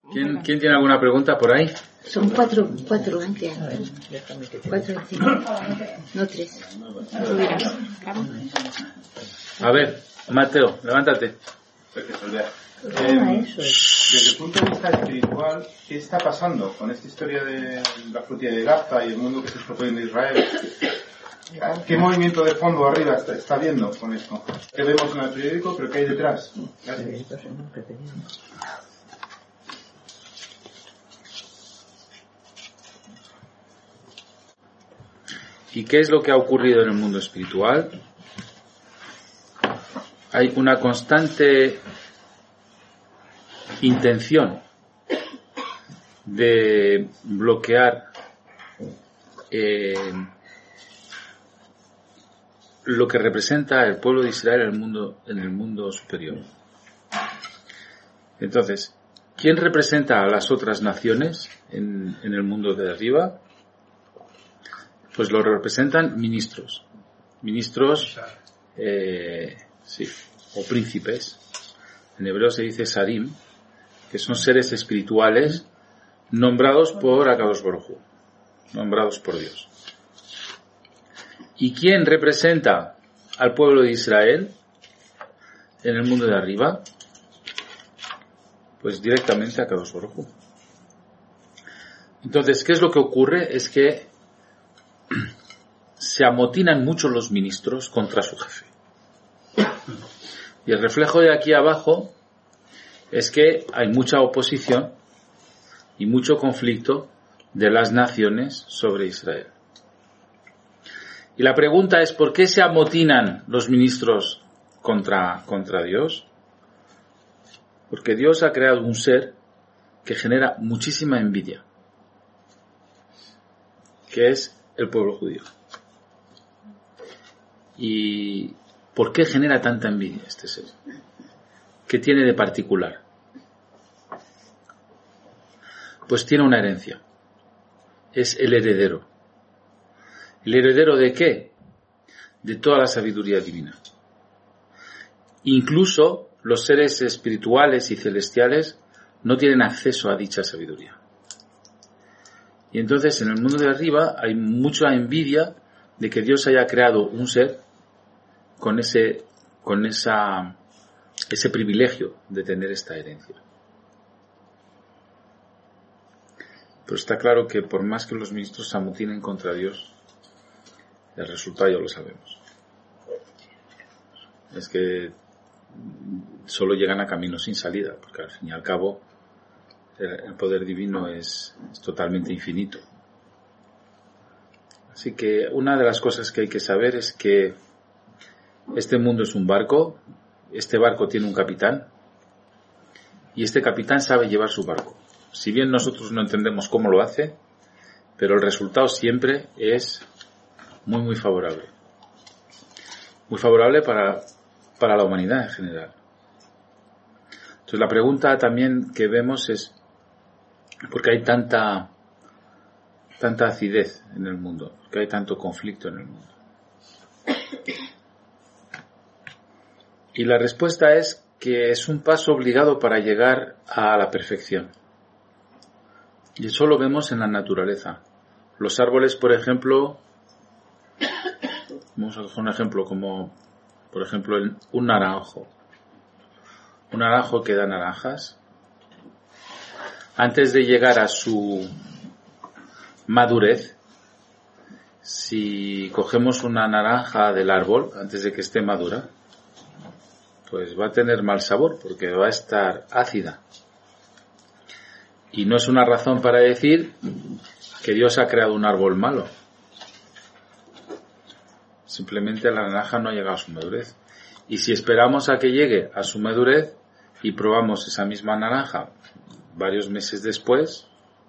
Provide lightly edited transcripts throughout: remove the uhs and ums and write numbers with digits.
¿Quién tiene alguna pregunta por ahí? Son cuatro antes. Cuatro, cinco. No tres. A ver, Mateo, levántate. Desde el punto de vista espiritual, ¿qué está pasando con esta historia de la flotilla de Gaza y el mundo que se está poniendo Israel? ¿Qué movimiento de fondo arriba está viendo con esto? ¿Qué vemos en el periódico, pero qué hay detrás? Gracias. ¿Y qué es lo que ha ocurrido en el mundo espiritual? Hay una constante intención de bloquear lo que representa el pueblo de Israel en el mundo superior. Entonces, ¿quién representa a las otras naciones en el mundo de arriba? Pues lo representan ministros, o príncipes. En hebreo se dice sarim, que son seres espirituales nombrados por Akadosh Baruj Hu, nombrados por Dios. ¿Y quién representa al pueblo de Israel en el mundo de arriba? Pues directamente Akadosh Baruj Hu. Entonces, ¿qué es lo que ocurre? Es que se amotinan mucho los ministros contra su jefe. Y el reflejo de aquí abajo es que hay mucha oposición y mucho conflicto de las naciones sobre Israel. Y la pregunta es, ¿por qué se amotinan los ministros contra Dios? Porque Dios ha creado un ser que genera muchísima envidia, que es el pueblo judío. ¿Y por qué genera tanta envidia este ser? ¿Qué tiene de particular? Pues tiene una herencia. Es el heredero. ¿El heredero de qué? De toda la sabiduría divina. Incluso los seres espirituales y celestiales no tienen acceso a dicha sabiduría. Y entonces en el mundo de arriba hay mucha envidia de que Dios haya creado un ser con ese privilegio de tener esta herencia. Pero está claro que por más que los ministros se amotinen contra Dios, el resultado ya lo sabemos. Es que solo llegan a caminos sin salida, porque al fin y al cabo el poder divino es totalmente infinito. Así que una de las cosas que hay que saber es que este mundo es un barco, este barco tiene un capitán y este capitán sabe llevar su barco. Si bien nosotros no entendemos cómo lo hace, pero el resultado siempre es muy muy favorable. Muy favorable para la humanidad en general. Entonces la pregunta también que vemos es ¿por qué hay tanta acidez en el mundo? ¿Por qué hay tanto conflicto en el mundo? Y la respuesta es que es un paso obligado para llegar a la perfección. Y eso lo vemos en la naturaleza. Los árboles, por ejemplo, vamos a coger un ejemplo como, por ejemplo, un naranjo. Un naranjo que da naranjas. Antes de llegar a su madurez, si cogemos una naranja del árbol, antes de que esté madura, pues va a tener mal sabor porque va a estar ácida. Y no es una razón para decir que Dios ha creado un árbol malo. Simplemente la naranja no ha llegado a su madurez. Y si esperamos a que llegue a su madurez y probamos esa misma naranja varios meses después,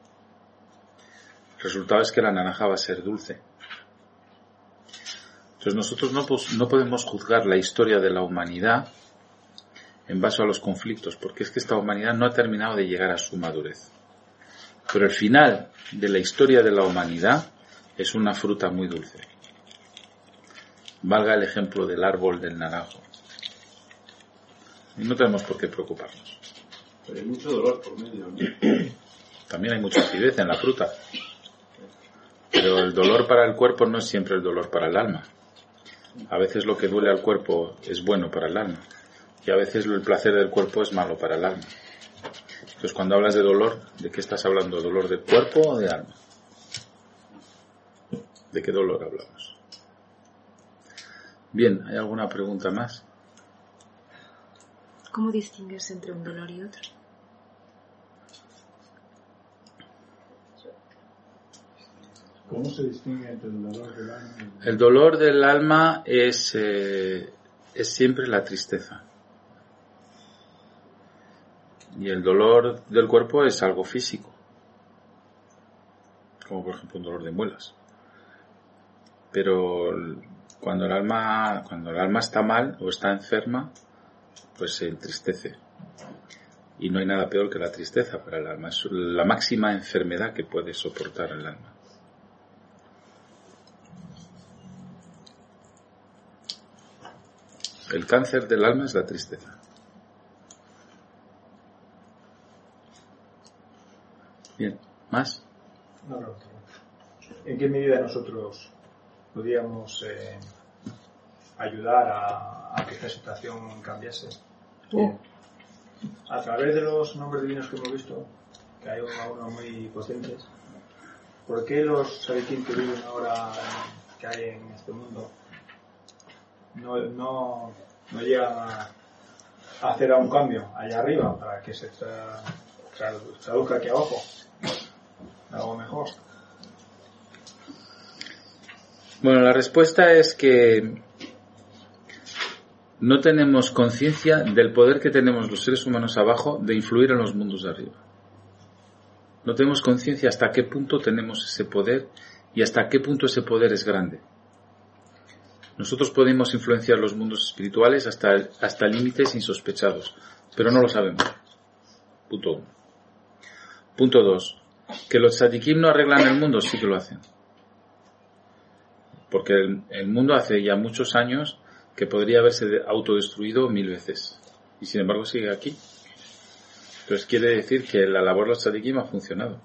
el resultado es que la naranja va a ser dulce. Entonces nosotros no podemos juzgar la historia de la humanidad en base a los conflictos, porque es que esta humanidad no ha terminado de llegar a su madurez. Pero el final de la historia de la humanidad es una fruta muy dulce. Valga el ejemplo del árbol del naranjo. Y no tenemos por qué preocuparnos. Pero hay mucho dolor por medio, ¿no? También hay mucha acidez en la fruta. Pero el dolor para el cuerpo no es siempre el dolor para el alma. A veces lo que duele al cuerpo es bueno para el alma. Y a veces el placer del cuerpo es malo para el alma. Entonces, cuando hablas de dolor, ¿de qué estás hablando? ¿Dolor del cuerpo o de alma? ¿De qué dolor hablamos? Bien, ¿hay alguna pregunta más? ¿Cómo distingues entre un dolor y otro? ¿Cómo se distingue entre el dolor del alma? El dolor del alma es siempre la tristeza. Y el dolor del cuerpo es algo físico. Como por ejemplo un dolor de muelas. Pero cuando el alma está mal o está enferma, pues se entristece. Y no hay nada peor que la tristeza para el alma. Es la máxima enfermedad que puede soportar el alma. El cáncer del alma es la tristeza. Bien, ¿más? No. ¿En qué medida nosotros podríamos ayudar a que esta situación cambiase? A través de los nombres divinos que hemos visto, que hay algunos muy potentes, ¿por qué los tzadikim que viven ahora, que hay en este mundo, no llegan a hacer un cambio allá arriba para que se traduzca aquí abajo algo mejor? Bueno, la respuesta es que no tenemos conciencia del poder que tenemos los seres humanos abajo de influir en los mundos de arriba. No tenemos conciencia hasta qué punto tenemos ese poder y hasta qué punto ese poder es grande. Nosotros podemos influenciar los mundos espirituales hasta límites insospechados, pero no lo sabemos. Punto 1. Punto 2. ¿Que los tzadikim no arreglan el mundo? Sí que lo hacen. Porque el mundo hace ya muchos años que podría haberse autodestruido 1000 veces. Y sin embargo sigue aquí. Entonces quiere decir que la labor de los tzadikim ha funcionado.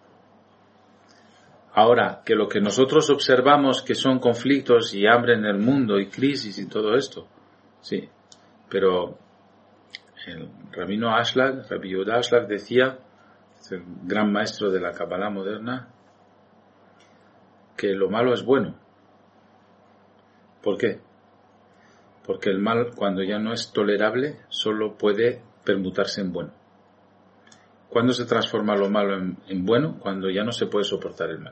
Ahora, que lo que nosotros observamos que son conflictos y hambre en el mundo y crisis y todo esto, sí, pero el rabino Ashlag, Rabbi Yehuda Ashlag decía, es el gran maestro de la Kabbalah moderna, que lo malo es bueno. ¿Por qué? Porque el mal, cuando ya no es tolerable, solo puede permutarse en bueno. ¿Cuándo se transforma lo malo en bueno? Cuando ya no se puede soportar el mal.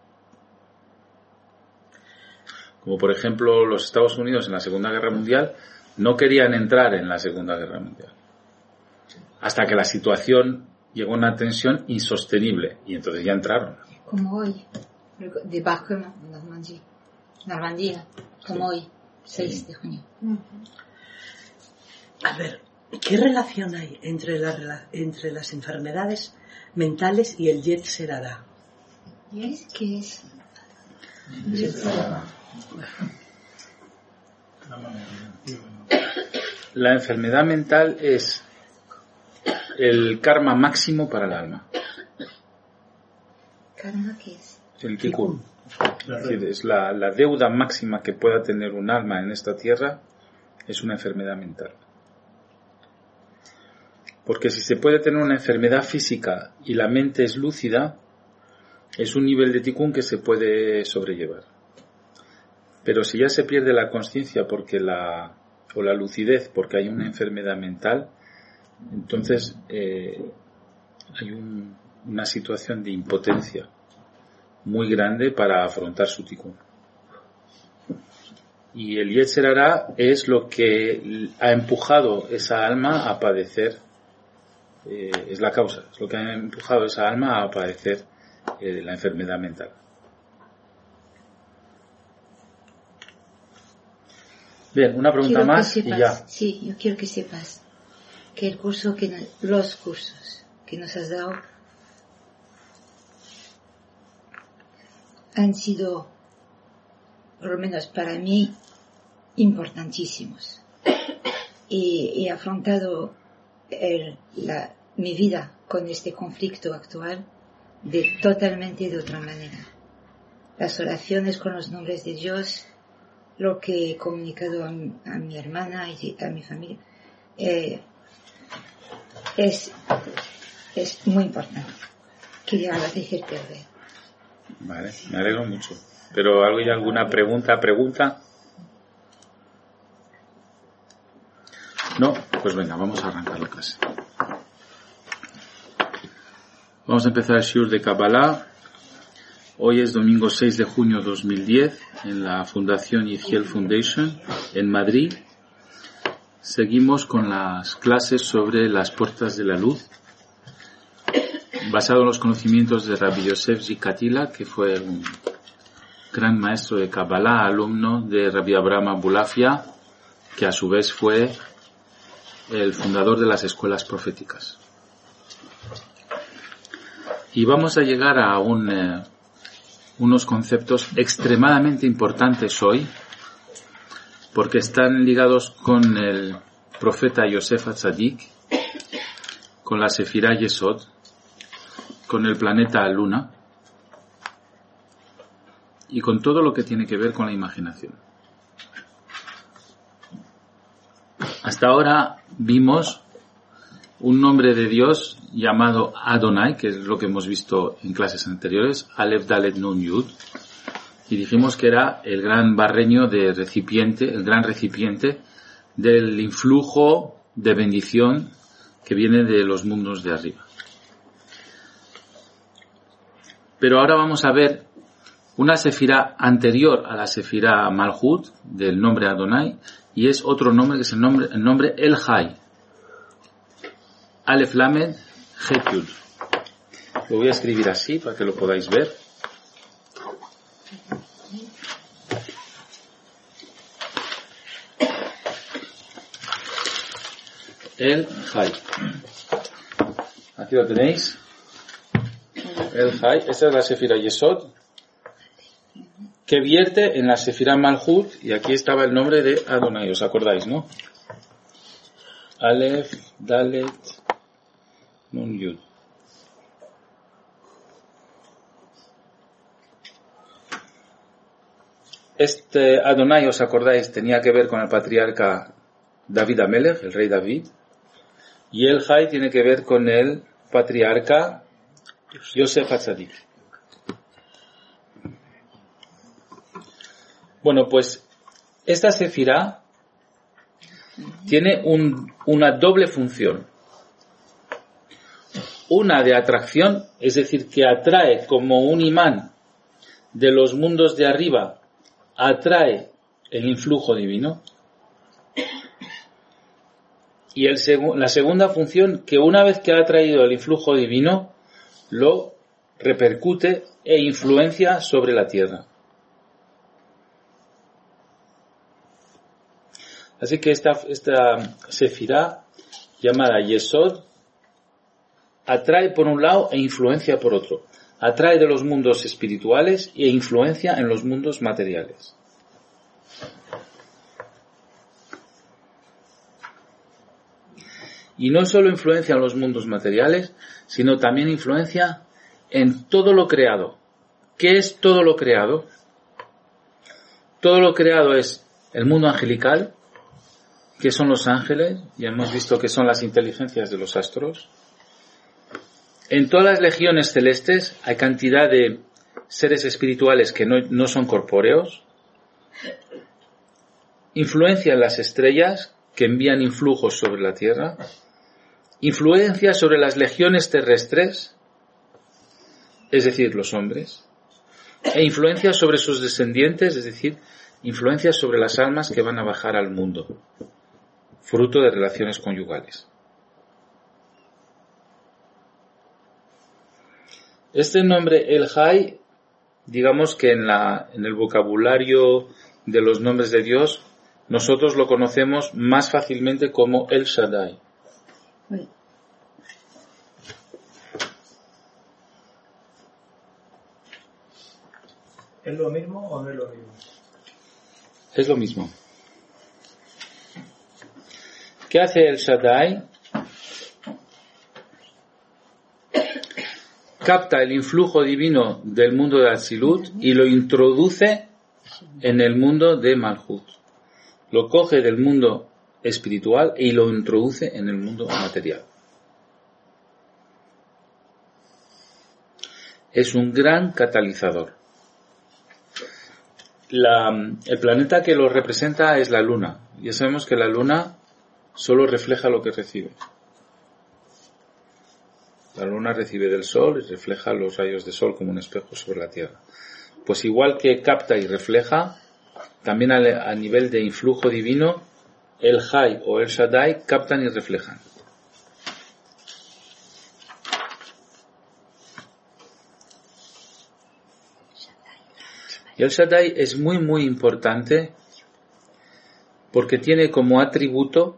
Como por ejemplo los Estados Unidos en la Segunda Guerra Mundial no querían entrar en la Segunda Guerra Mundial. Hasta que la situación llegó a una tensión insostenible y entonces ya entraron. Como hoy, débarquement en Normandía, como hoy, 6 de junio. A ver, ¿qué relación hay entre las enfermedades mentales y el Yetzer Hara? ¿Qué es? La enfermedad mental es el karma máximo para el alma. ¿Karma qué es? El tikkun. Es decir, es la deuda máxima que pueda tener un alma en esta tierra, es una enfermedad mental. Porque si se puede tener una enfermedad física y la mente es lúcida, es un nivel de tikkun que se puede sobrellevar. Pero si ya se pierde la conciencia o la lucidez porque hay una enfermedad mental, entonces hay una situación de impotencia muy grande para afrontar su tikkun. Y el Yetzer Hara es lo que ha empujado esa alma a padecer, es la causa, es lo que ha empujado esa alma a padecer la enfermedad mental. Bien, una pregunta más y ya. Sí, yo quiero que sepas que los cursos que nos has dado han sido, por lo menos para mí, importantísimos. Y he afrontado mi vida con este conflicto actual totalmente de otra manera. Las oraciones con los nombres de Dios, lo que he comunicado a mi hermana y a mi familia, es muy importante. Quería agradecerte, Albert. Vale, me alegro mucho. ¿Pero hay alguna pregunta? No, pues venga, vamos a arrancar la clase. Vamos a empezar el shiur de Kabbalah. Hoy es domingo 6 de junio de 2010 en la Fundación Yehiel Foundation en Madrid. Seguimos con las clases sobre las puertas de la luz, basado en los conocimientos de Rabbi Yosef Zikatila, que fue un gran maestro de Kabbalah, alumno de Rabbi Abraham Abulafia, que a su vez fue el fundador de las escuelas proféticas. Y vamos a llegar a unos conceptos extremadamente importantes hoy, porque están ligados con el profeta Yosef Atzadik, con la Sefirá Yesod, con el planeta Luna y con todo lo que tiene que ver con la imaginación. Hasta ahora vimos un nombre de Dios llamado Adonai, que es lo que hemos visto en clases anteriores, Aleph Dalet Nun Yud, y dijimos que era el gran barreño de recipiente, el gran recipiente del influjo de bendición que viene de los mundos de arriba. Pero ahora vamos a ver una sefirá anterior a la sefirá Malhut, del nombre Adonai, y es otro nombre que es el nombre El Hay. Aleph Lamed Het Yud. Lo voy a escribir así para que lo podáis ver. El Hay. Aquí lo tenéis. El Hay. Esta es la sefirá Yesod, que vierte en la sefirá Malhut, y aquí estaba el nombre de Adonai, ¿os acordáis, no? Aleph Dalet Nun Yud. Este Adonai, ¿os acordáis? Tenía que ver con el patriarca David Amelech, el rey David, y el Hay tiene que ver con el patriarca Yosef Atzadik. Bueno, pues esta sefirá tiene una doble función. Una de atracción, es decir, que atrae como un imán de los mundos de arriba, atrae el influjo divino. Y la segunda función, que una vez que ha atraído el influjo divino, lo repercute e influencia sobre la tierra. Así que esta sefirá llamada Yesod atrae por un lado e influencia por otro. Atrae de los mundos espirituales e influencia en los mundos materiales. Y no solo influencia en los mundos materiales, sino también influencia en todo lo creado. ¿Qué es todo lo creado? Todo lo creado es el mundo angelical, que son los ángeles, ya hemos visto que son las inteligencias de los astros. En todas las legiones celestes hay cantidad de seres espirituales que no son corpóreos. Influencia en las estrellas, que envían influjos sobre la tierra. Influencia sobre las legiones terrestres, es decir, los hombres. E influencia sobre sus descendientes, es decir, influencia sobre las almas que van a bajar al mundo, fruto de relaciones conyugales. Este nombre El Hay, digamos que en el vocabulario de los nombres de Dios, nosotros lo conocemos más fácilmente como El Shaddai. ¿Es lo mismo o no es lo mismo? Es lo mismo. ¿Qué hace El Shaddai? capta el influjo divino del mundo de Atzilut y lo introduce en el mundo de Malhut. Lo coge del mundo espiritual y lo introduce en el mundo material. Es un gran catalizador. El planeta que lo representa es la Luna. Ya sabemos que la Luna solo refleja lo que recibe. La Luna recibe del Sol y refleja los rayos de Sol como un espejo sobre la Tierra. Pues igual que capta y refleja, también a nivel de influjo divino, el Jai o el Shaddai captan y reflejan. Y el Shaddai es muy muy importante porque tiene como atributo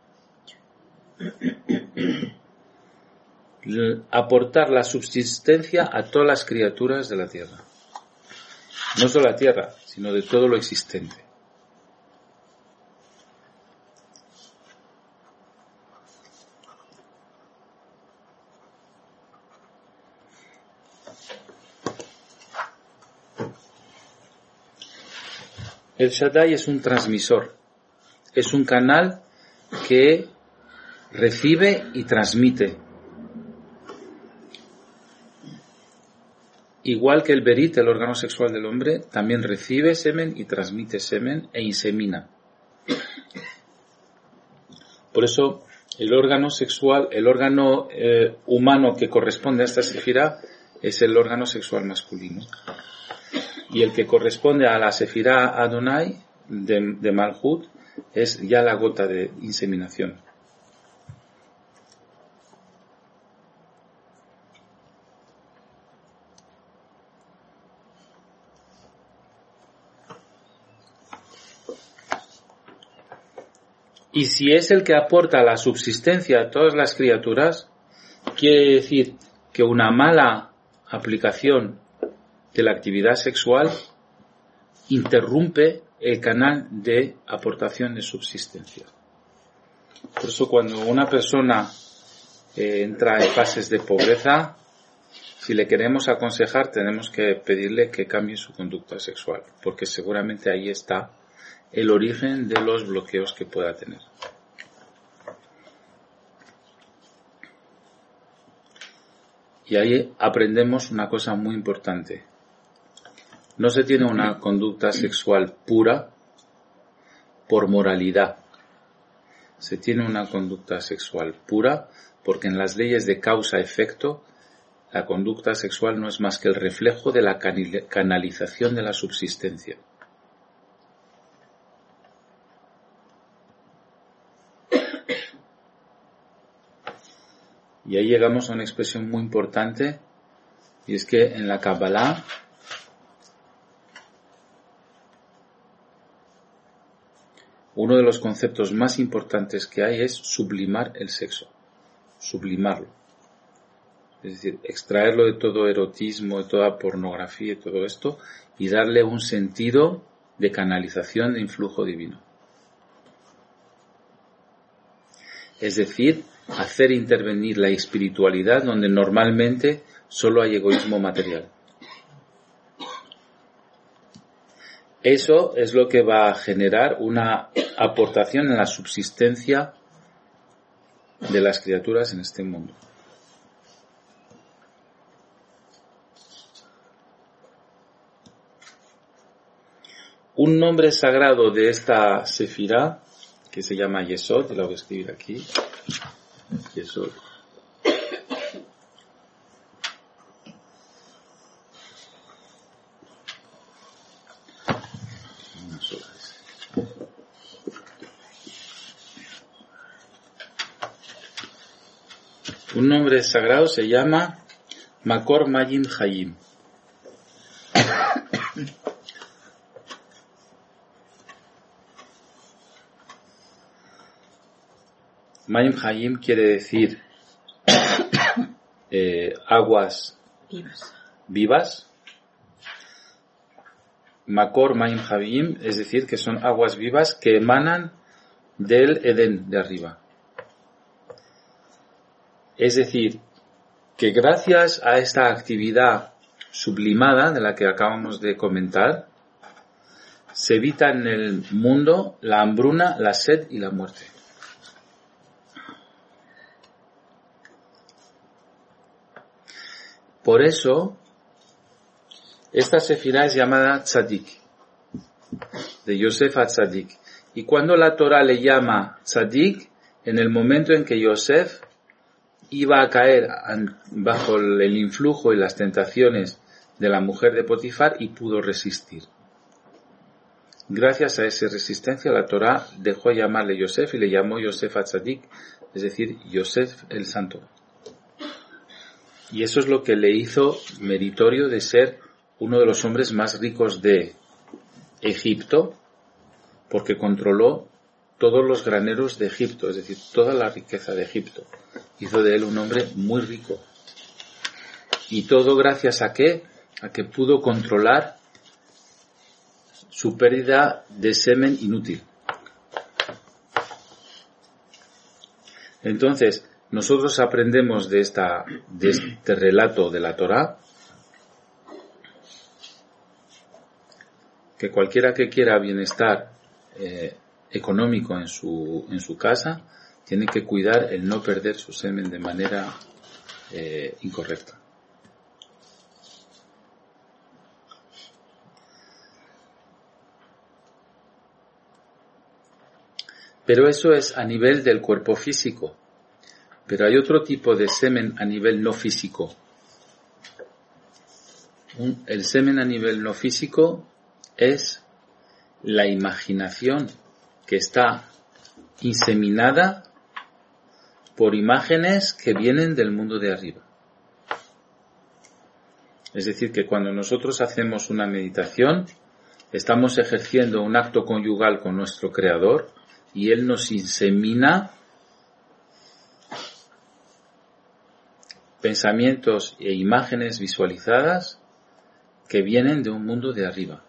aportar la subsistencia a todas las criaturas de la tierra. No solo la tierra, sino de todo lo existente. El Shaddai es un transmisor, es un canal que recibe y transmite. Igual que el Berit, el órgano sexual del hombre, también recibe semen y transmite semen e insemina. Por eso, el órgano sexual, el órgano humano que corresponde a esta sefirá es el órgano sexual masculino. Y el que corresponde a la sefirá Adonai de Malhut es ya la gota de inseminación. Y si es el que aporta la subsistencia a todas las criaturas, quiere decir que una mala aplicación de la actividad sexual interrumpe el canal de aportación de subsistencia. Por eso cuando una persona entra en fases de pobreza, si le queremos aconsejar, tenemos que pedirle que cambie su conducta sexual, porque seguramente ahí está el origen de los bloqueos que pueda tener. Y ahí aprendemos una cosa muy importante. No se tiene una conducta sexual pura por moralidad. Se tiene una conducta sexual pura porque en las leyes de causa-efecto la conducta sexual no es más que el reflejo de la canalización de la subsistencia. Y ahí llegamos a una expresión muy importante, y es que en la Kabbalah uno de los conceptos más importantes que hay es sublimar el sexo, sublimarlo. Es decir, extraerlo de todo erotismo, de toda pornografía y todo esto, y darle un sentido de canalización de influjo divino. Es decir, hacer intervenir la espiritualidad donde normalmente solo hay egoísmo material. Eso es lo que va a generar una aportación en la subsistencia de las criaturas en este mundo. Un nombre sagrado de esta sefirá, que se llama Yesod, lo voy a escribir aquí, Yesod. Un nombre sagrado se llama Makor Mayim Hayim. Mayim Hayim quiere decir aguas vivas. Makor Mayim Hayim, es decir, que son aguas vivas que emanan del Edén de arriba. Es decir, que gracias a esta actividad sublimada de la que acabamos de comentar, se evita en el mundo la hambruna, la sed y la muerte. Por eso, esta sefirá es llamada Tzadik, de Yosef a Tzadik. Y cuando la Torah le llama Tzadik, en el momento en que Yosef iba a caer bajo el influjo y las tentaciones de la mujer de Potifar y pudo resistir. Gracias a esa resistencia, la Torah dejó llamarle Yosef y le llamó Yosef a Tzadik, es decir, Yosef el Santo. Y eso es lo que le hizo meritorio de ser uno de los hombres más ricos de Egipto, porque controló todos los graneros de Egipto, es decir, toda la riqueza de Egipto. Hizo de él un hombre muy rico. ¿Y todo gracias a qué? A que pudo controlar su pérdida de semen inútil. Entonces, nosotros aprendemos de este relato de la Torá que cualquiera que quiera bienestar económico en su casa tiene que cuidar el no perder su semen de manera incorrecta. Pero eso es a nivel del cuerpo físico. Pero hay otro tipo de semen a nivel no físico. El semen a nivel no físico es la imaginación que está inseminada por imágenes que vienen del mundo de arriba. Es decir, que cuando nosotros hacemos una meditación, estamos ejerciendo un acto conyugal con nuestro Creador y Él nos insemina pensamientos e imágenes visualizadas que vienen de un mundo de arriba.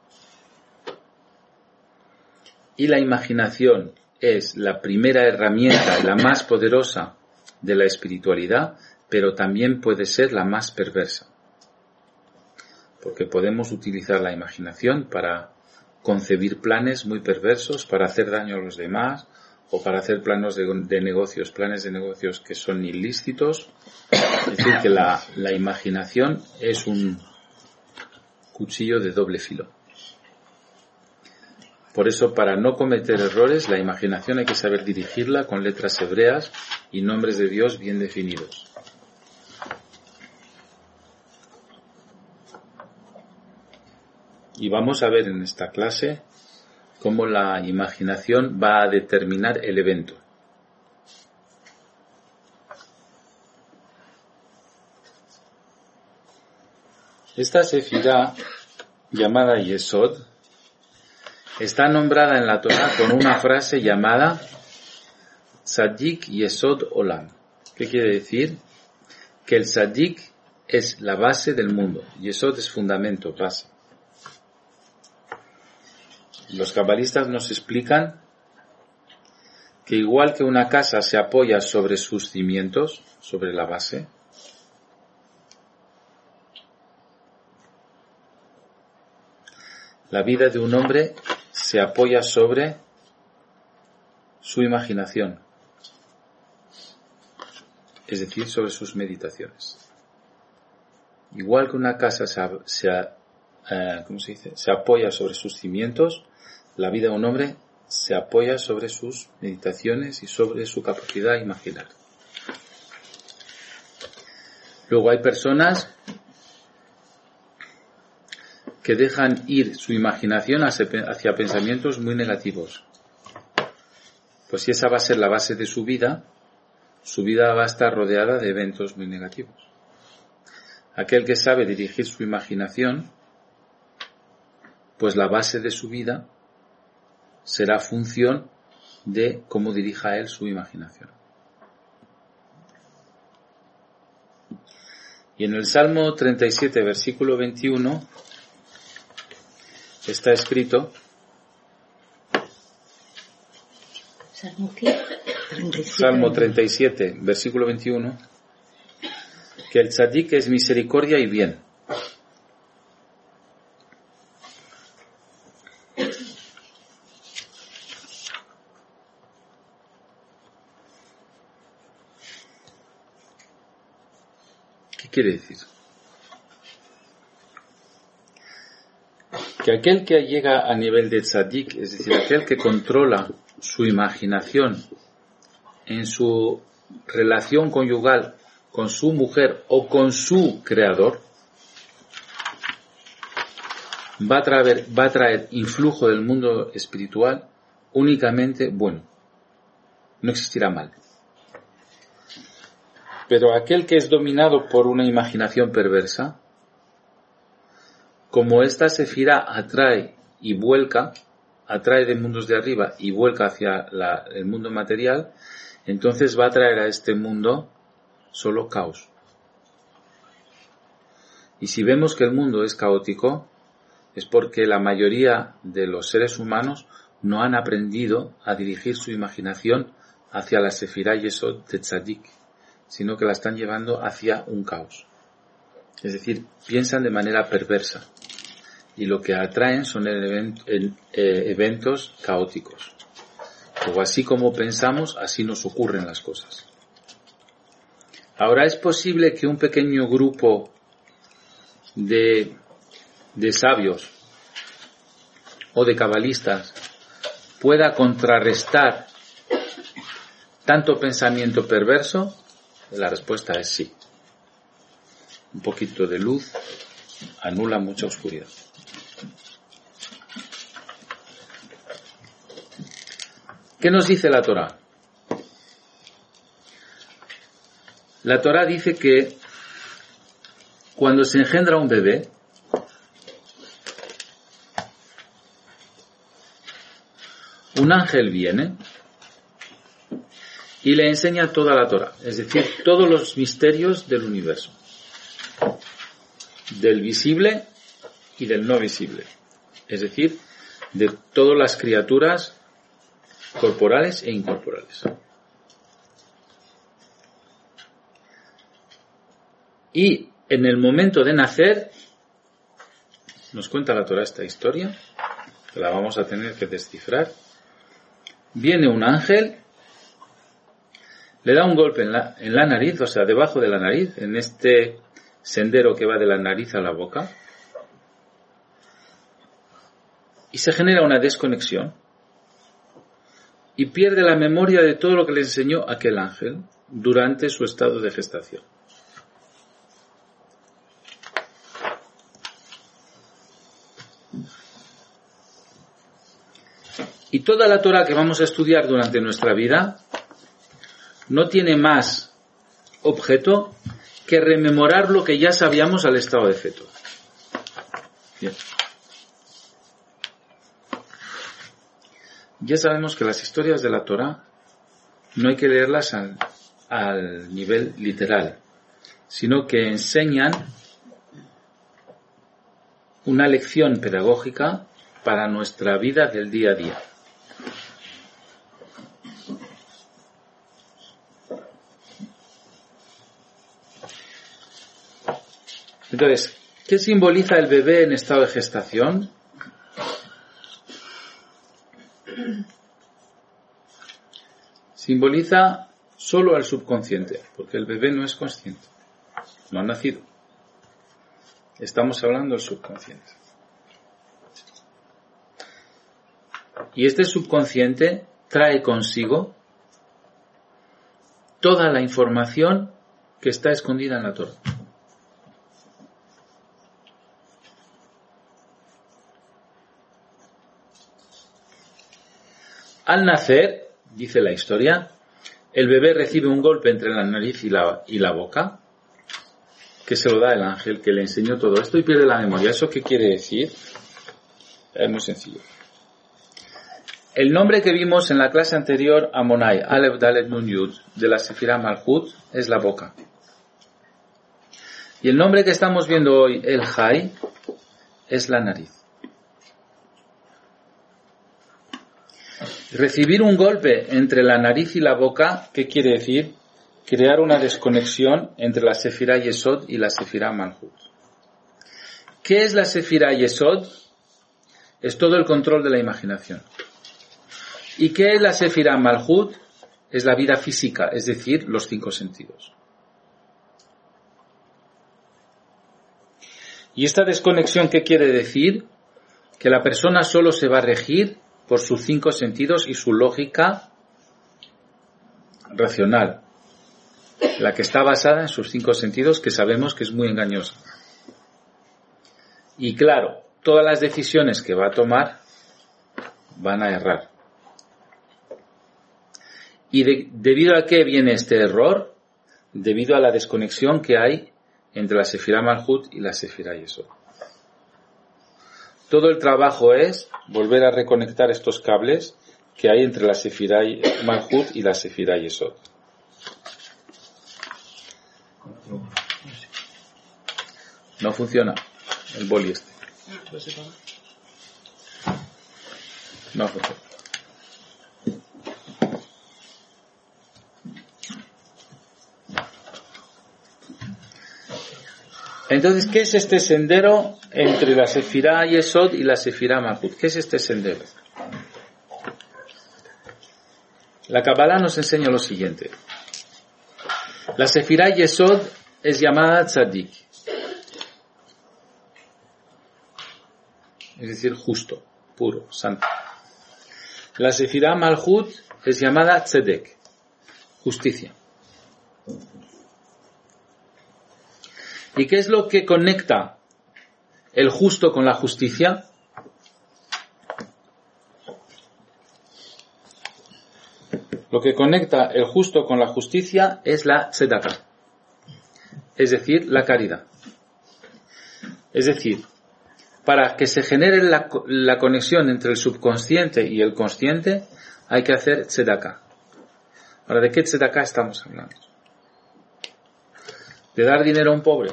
Y la imaginación es la primera herramienta, la más poderosa de la espiritualidad, pero también puede ser la más perversa. Porque podemos utilizar la imaginación para concebir planes muy perversos, para hacer daño a los demás, o para hacer planes de negocios que son ilícitos. Es decir, que la imaginación es un cuchillo de doble filo. Por eso, para no cometer errores, la imaginación hay que saber dirigirla con letras hebreas y nombres de Dios bien definidos. Y vamos a ver en esta clase cómo la imaginación va a determinar el evento. Esta sefirá, llamada Yesod, está nombrada en la Torá con una frase llamada Tzadik Yesod Olam. ¿Qué quiere decir? Que el Tzadik es la base del mundo. Yesod es fundamento, base. Los cabalistas nos explican que igual que una casa se apoya sobre sus cimientos, sobre la base, la vida de un hombre se apoya sobre su imaginación, es decir, sobre sus meditaciones. Igual que una casa se apoya sobre sus cimientos, la vida de un hombre se apoya sobre sus meditaciones y sobre su capacidad de imaginar. Luego hay personas que dejan ir su imaginación hacia pensamientos muy negativos. Pues si esa va a ser la base de su vida va a estar rodeada de eventos muy negativos. Aquel que sabe dirigir su imaginación, pues la base de su vida será función de cómo dirija él su imaginación. Y en el Salmo 37, versículo 21, está escrito, ¿Salmo qué? Salmo 37, versículo 21, que el tzadik es misericordia y bien. ¿Qué quiere decir? Que aquel que llega a nivel de tzadik, es decir, aquel que controla su imaginación en su relación conyugal con su mujer o con su creador, va a traer influjo del mundo espiritual únicamente bueno. No existirá mal. Pero aquel que es dominado por una imaginación perversa, como esta sefirá atrae y vuelca, atrae de mundos de arriba y vuelca hacia el mundo material, entonces va a traer a este mundo solo caos. Y si vemos que el mundo es caótico, es porque la mayoría de los seres humanos no han aprendido a dirigir su imaginación hacia la sefirá yesod de tzadik, sino que la están llevando hacia un caos. Es decir, piensan de manera perversa. Y lo que atraen son eventos caóticos. O así como pensamos, así nos ocurren las cosas. Ahora es posible que un pequeño grupo de sabios o de cabalistas pueda contrarrestar tanto pensamiento perverso. La respuesta es sí. Un poquito de luz anula mucha oscuridad. ¿Qué nos dice la Torá? La Torá dice que cuando se engendra un bebé, un ángel viene y le enseña toda la Torá, es decir, todos los misterios del universo, del visible y del no visible, es decir, de todas las criaturas corporales e incorporales. Y en el momento de nacer, nos cuenta la Torá esta historia, que la vamos a tener que descifrar. Viene un ángel, le da un golpe en la nariz, o sea, debajo de la nariz, en este sendero que va de la nariz a la boca, y se genera una desconexión, y pierde la memoria de todo lo que le enseñó aquel ángel durante su estado de gestación. Y toda la Torá que vamos a estudiar durante nuestra vida no tiene más objeto que rememorar lo que ya sabíamos al estado de feto. Bien. Ya sabemos que las historias de la Torá no hay que leerlas al nivel literal, sino que enseñan una lección pedagógica para nuestra vida del día a día. Entonces, ¿qué simboliza el bebé en estado de gestación? Simboliza solo al subconsciente, porque el bebé no es consciente, no ha nacido. Estamos hablando del subconsciente. Y este subconsciente trae consigo toda la información que está escondida en la Torá. Al nacer, dice la historia, el bebé recibe un golpe entre la nariz y la boca, que se lo da el ángel que le enseñó todo esto y pierde la memoria. ¿Eso qué quiere decir? Es muy sencillo. El nombre que vimos en la clase anterior, Amonai, Aleph Dalet Nun Yud, de la Sefirá Malchut, es la boca. Y el nombre que estamos viendo hoy, el Jai, es la nariz. Recibir un golpe entre la nariz y la boca, ¿qué quiere decir? crear una desconexión entre la Sefirá Yesod y la Sefirá Malhut. ¿Qué es la Sefirá Yesod? Es todo el control de la imaginación. ¿Y qué es la Sefirá Malhut? Es la vida física, es decir, los 5 sentidos. ¿Y esta desconexión qué quiere decir? Que la persona solo se va a regir por sus 5 sentidos y su lógica racional, la que está basada en sus 5 sentidos, que sabemos que es muy engañosa. Y claro, todas las decisiones que va a tomar van a errar. ¿Y debido a qué viene este error? Debido a la desconexión que hay entre la Sefirá Malhut y la Sefirá Yesod. Todo el trabajo es volver a reconectar estos cables que hay entre la Sefirá Malhut y la Sefirá Yesod. No funciona el boli este. No funciona. Entonces, ¿qué es este sendero entre la Sefirá Yesod y la Sefirá Malhut? ¿Qué es este sendero? La Kabbalah nos enseña lo siguiente. La Sefirá Yesod es llamada Tzadik, es decir, justo, puro, santo. La Sefirá Malhut es llamada Tzedek, justicia. ¿Y qué es lo que conecta el justo con la justicia? Lo que conecta el justo con la justicia es la tzedakah, es decir, la caridad. Es decir, para que se genere la conexión entre el subconsciente y el consciente, hay que hacer tzedakah. Ahora, ¿de qué tzedakah estamos hablando? ¿De dar dinero a un pobre?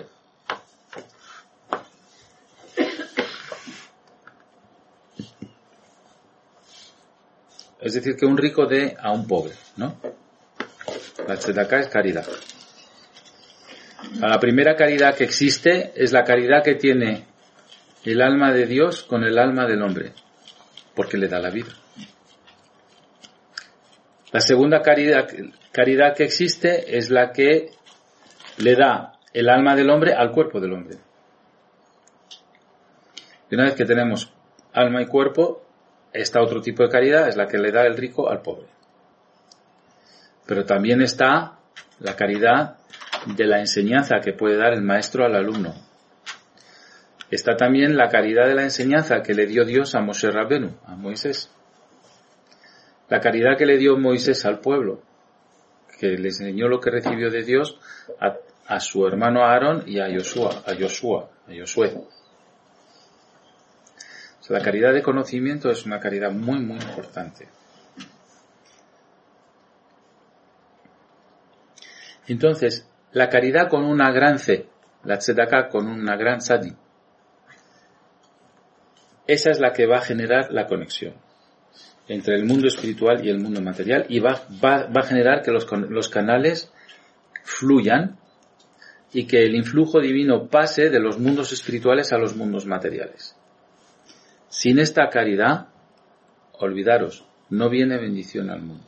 Es decir, que un rico dé a un pobre, ¿no? La tzedakah es caridad. La primera caridad que existe es la caridad que tiene el alma de Dios con el alma del hombre, porque le da la vida. La segunda caridad que existe es la que le da el alma del hombre al cuerpo del hombre. Y una vez que tenemos alma y cuerpo, está otro tipo de caridad, es la que le da el rico al pobre. Pero también está la caridad de la enseñanza que puede dar el maestro al alumno. Está también la caridad de la enseñanza que le dio Dios a Moshe Rabbenu, a Moisés. La caridad que le dio Moisés al pueblo, que le enseñó lo que recibió de Dios a su hermano Aarón y a Josué. O sea, la caridad de conocimiento es una caridad muy, muy importante. Entonces, la caridad con una gran C, la tzedakah con una gran tzadi, esa es la que va a generar la conexión entre el mundo espiritual y el mundo material y va a generar que los canales fluyan y que el influjo divino pase de los mundos espirituales a los mundos materiales. Sin esta caridad, olvidaros, no viene bendición al mundo.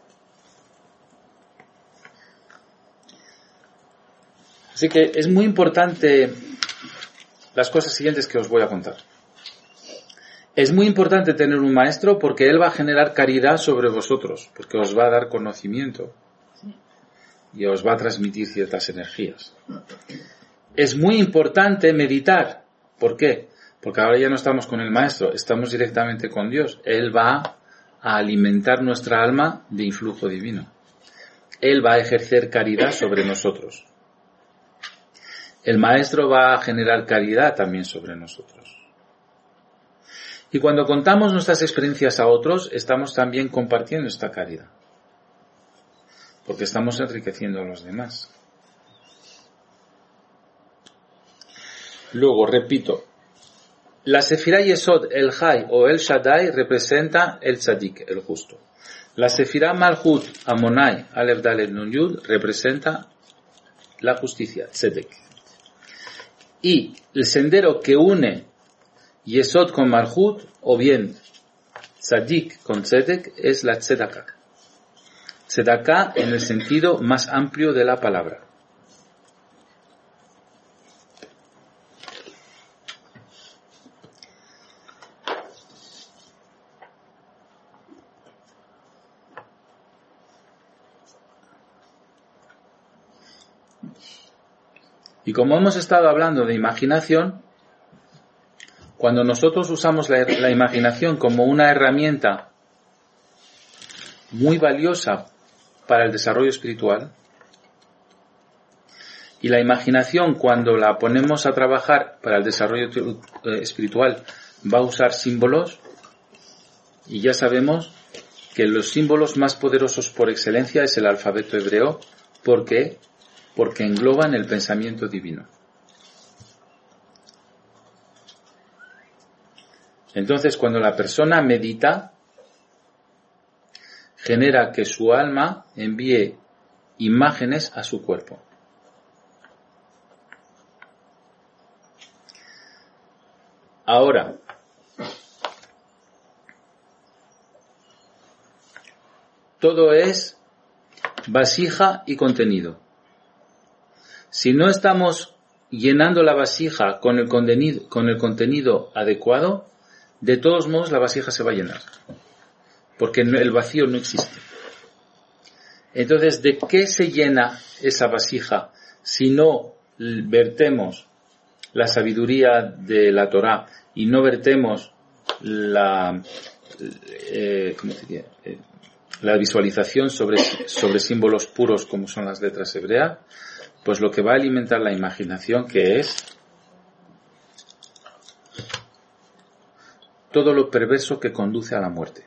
Así que es muy importante las cosas siguientes que os voy a contar. Es muy importante tener un maestro porque él va a generar caridad sobre vosotros, porque os va a dar conocimiento y os va a transmitir ciertas energías. Es muy importante meditar. ¿Por qué? Porque ahora ya no estamos con el maestro, estamos directamente con Dios. Él va a alimentar nuestra alma de influjo divino. Él va a ejercer caridad sobre nosotros. El maestro va a generar caridad también sobre nosotros. Y cuando contamos nuestras experiencias a otros, estamos también compartiendo esta caridad. Porque estamos enriqueciendo a los demás. Luego, repito, la Sefirá Yesod, el Jai o el Shaddai representa el Tzadik, el justo. La Sefirá Malhut Amonai Aleph Dalet Nun Yud representa la justicia, Tzedek. Y el sendero que une Yesod con Malhut, o bien Tzadik con Tzedek, es la Tzedakah. Tzedakah en el sentido más amplio de la palabra. Y como hemos estado hablando de imaginación, cuando nosotros usamos la imaginación como una herramienta muy valiosa para el desarrollo espiritual, y la imaginación cuando la ponemos a trabajar para el desarrollo espiritual va a usar símbolos, y ya sabemos que los símbolos más poderosos por excelencia es el alfabeto hebreo. ¿Por qué? Porque engloban el pensamiento divino. Entonces, cuando la persona medita, genera que su alma envíe imágenes a su cuerpo. Ahora, todo es vasija y contenido. Si no estamos llenando la vasija con el contenido adecuado, de todos modos la vasija se va a llenar, porque el vacío no existe. Entonces, ¿de qué se llena esa vasija si no vertemos la sabiduría de la Torá y no vertemos la visualización sobre símbolos puros como son las letras hebreas? Pues lo que va a alimentar la imaginación, que es todo lo perverso que conduce a la muerte.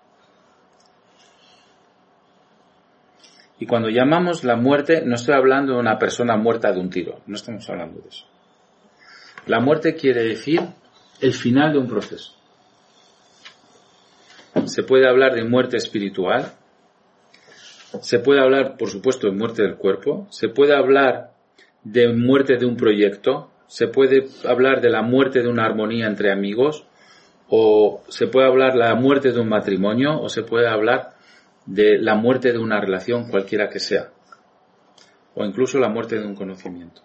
Y cuando llamamos la muerte, no estoy hablando de una persona muerta de un tiro, no estamos hablando de eso. La muerte quiere decir el final de un proceso. Se puede hablar de muerte espiritual, se puede hablar, por supuesto, de muerte del cuerpo, se puede hablar de muerte de un proyecto, se puede hablar de la muerte de una armonía entre amigos, o se puede hablar de la muerte de un matrimonio, o se puede hablar de la muerte de una relación cualquiera que sea, o incluso la muerte de un conocimiento.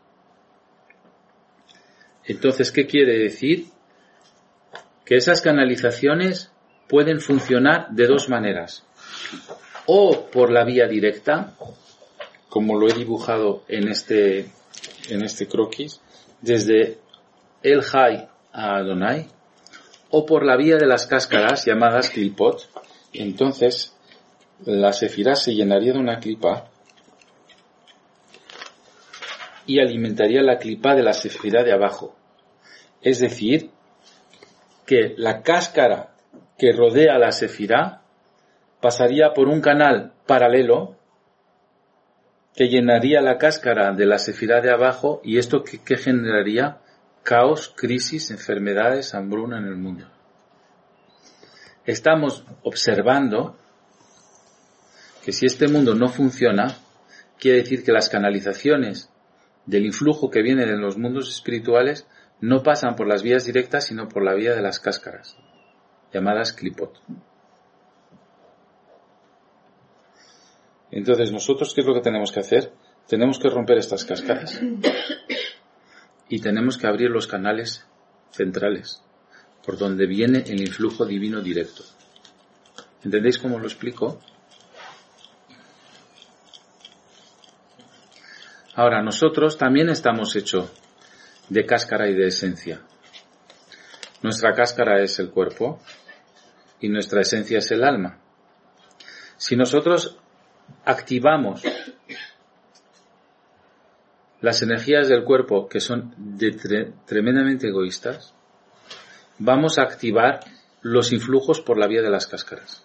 Entonces, ¿qué quiere decir? Que esas canalizaciones pueden funcionar de dos maneras. O por la vía directa, como lo he dibujado en este croquis, desde El Jai a Adonai, o por la vía de las cáscaras llamadas klipot. Entonces, la sefirá se llenaría de una klipa y alimentaría la klipa de la sefirá de abajo. Es decir, que la cáscara que rodea la sefirá pasaría por un canal paralelo que llenaría la cáscara de la sefirá de abajo, y esto que generaría caos, crisis, enfermedades, hambruna en el mundo. Estamos observando que si este mundo no funciona, quiere decir que las canalizaciones del influjo que viene de los mundos espirituales no pasan por las vías directas, sino por la vía de las cáscaras, llamadas klipot. Entonces, nosotros, ¿qué es lo que tenemos que hacer? Tenemos que romper estas cáscaras y tenemos que abrir los canales centrales por donde viene el influjo divino directo. ¿Entendéis cómo lo explico? Ahora, nosotros también estamos hechos de cáscara y de esencia. Nuestra cáscara es el cuerpo y nuestra esencia es el alma. Si nosotros activamos las energías del cuerpo, que son tremendamente egoístas, vamos a activar los influjos por la vía de las cáscaras.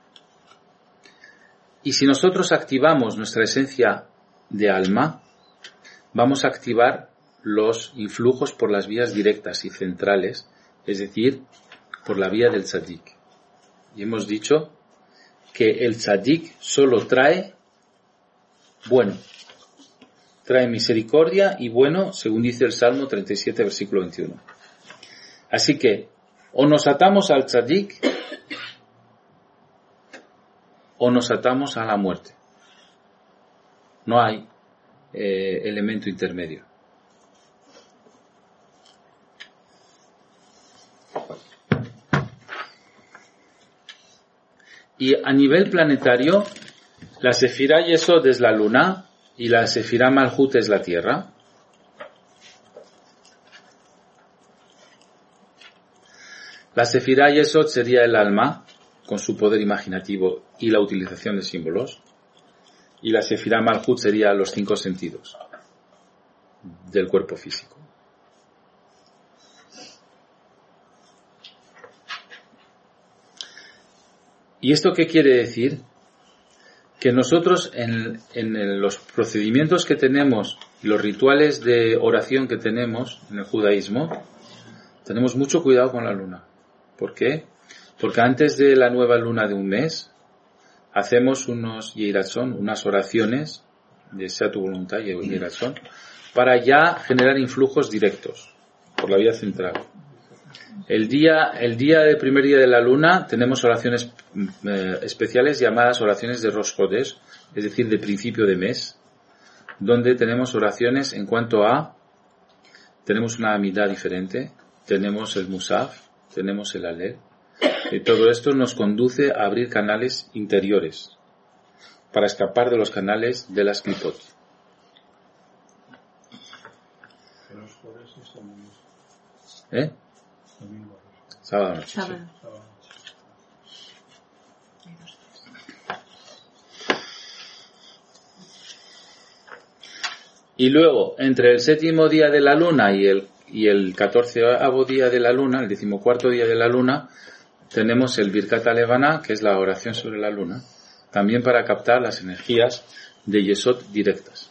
Y si nosotros activamos nuestra esencia de alma, vamos a activar los influjos por las vías directas y centrales, es decir, por la vía del tzadik. Y hemos dicho que el tzadik solo trae bueno. Trae misericordia y bueno, según dice el Salmo 37, versículo 21. Así que, o nos atamos al tzadik, o nos atamos a la muerte. No hay elemento intermedio. Y a nivel planetario, la Sefirá Yesod es la luna y la Sefirá Malhut es la tierra. La Sefirá Yesod sería el alma, con su poder imaginativo y la utilización de símbolos. Y la Sefirá Malhut sería los 5 sentidos del cuerpo físico. ¿Y esto qué quiere decir? Que nosotros en los procedimientos que tenemos, los rituales de oración que tenemos en el judaísmo, tenemos mucho cuidado con la luna. ¿Por qué? Porque antes de la nueva luna de un mes, hacemos unos Yeiratzon, unas oraciones de sea tu voluntad, Yeiratzon, para ya generar influjos directos por la vía central. El del primer día de la luna tenemos oraciones especiales llamadas oraciones de Rosh Chodesh, es decir, de principio de mes, donde tenemos oraciones en cuanto a, tenemos una amidad diferente, tenemos el Musaf, tenemos el Alel, y todo esto nos conduce a abrir canales interiores para escapar de los canales de las Klipot. Sábado noche. Sábado. Y luego, entre el 7º día de la luna y el 14º día de la luna, el 14º día de la luna, tenemos el Birkat HaLevana, que es la oración sobre la luna, también para captar las energías de Yesod directas.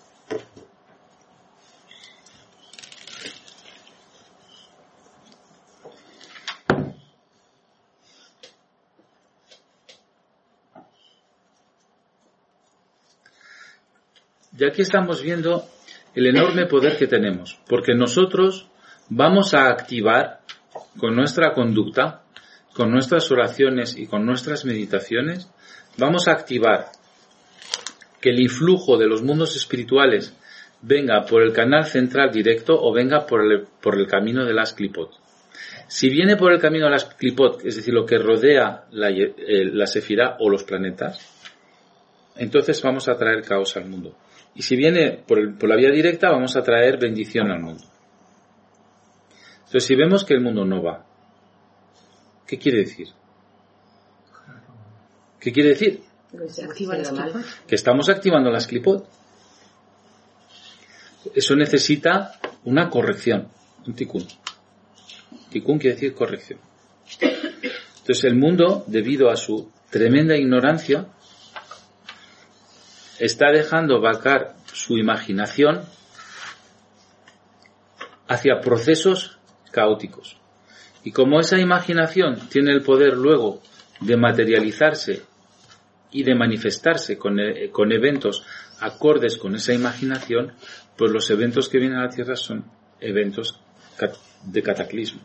Y aquí estamos viendo el enorme poder que tenemos, porque nosotros vamos a activar con nuestra conducta, con nuestras oraciones y con nuestras meditaciones, vamos a activar que el influjo de los mundos espirituales venga por el canal central directo o venga por el camino de las Klipot. Si viene por el camino de las Klipot, es decir, lo que rodea la Sefirá o los planetas, entonces vamos a traer caos al mundo. Y si viene por la vía directa, vamos a traer bendición al mundo. Entonces, si vemos que el mundo no va, ¿qué quiere decir? ¿Qué quiere decir? Se activa las Klipot. Que estamos activando las Klipot. Eso necesita una corrección, un tikkun. Tikkun quiere decir corrección. Entonces, el mundo, debido a su tremenda ignorancia, está dejando vacar su imaginación hacia procesos caóticos. Y como esa imaginación tiene el poder luego de materializarse y de manifestarse con eventos acordes con esa imaginación, pues los eventos que vienen a la Tierra son eventos de cataclismo.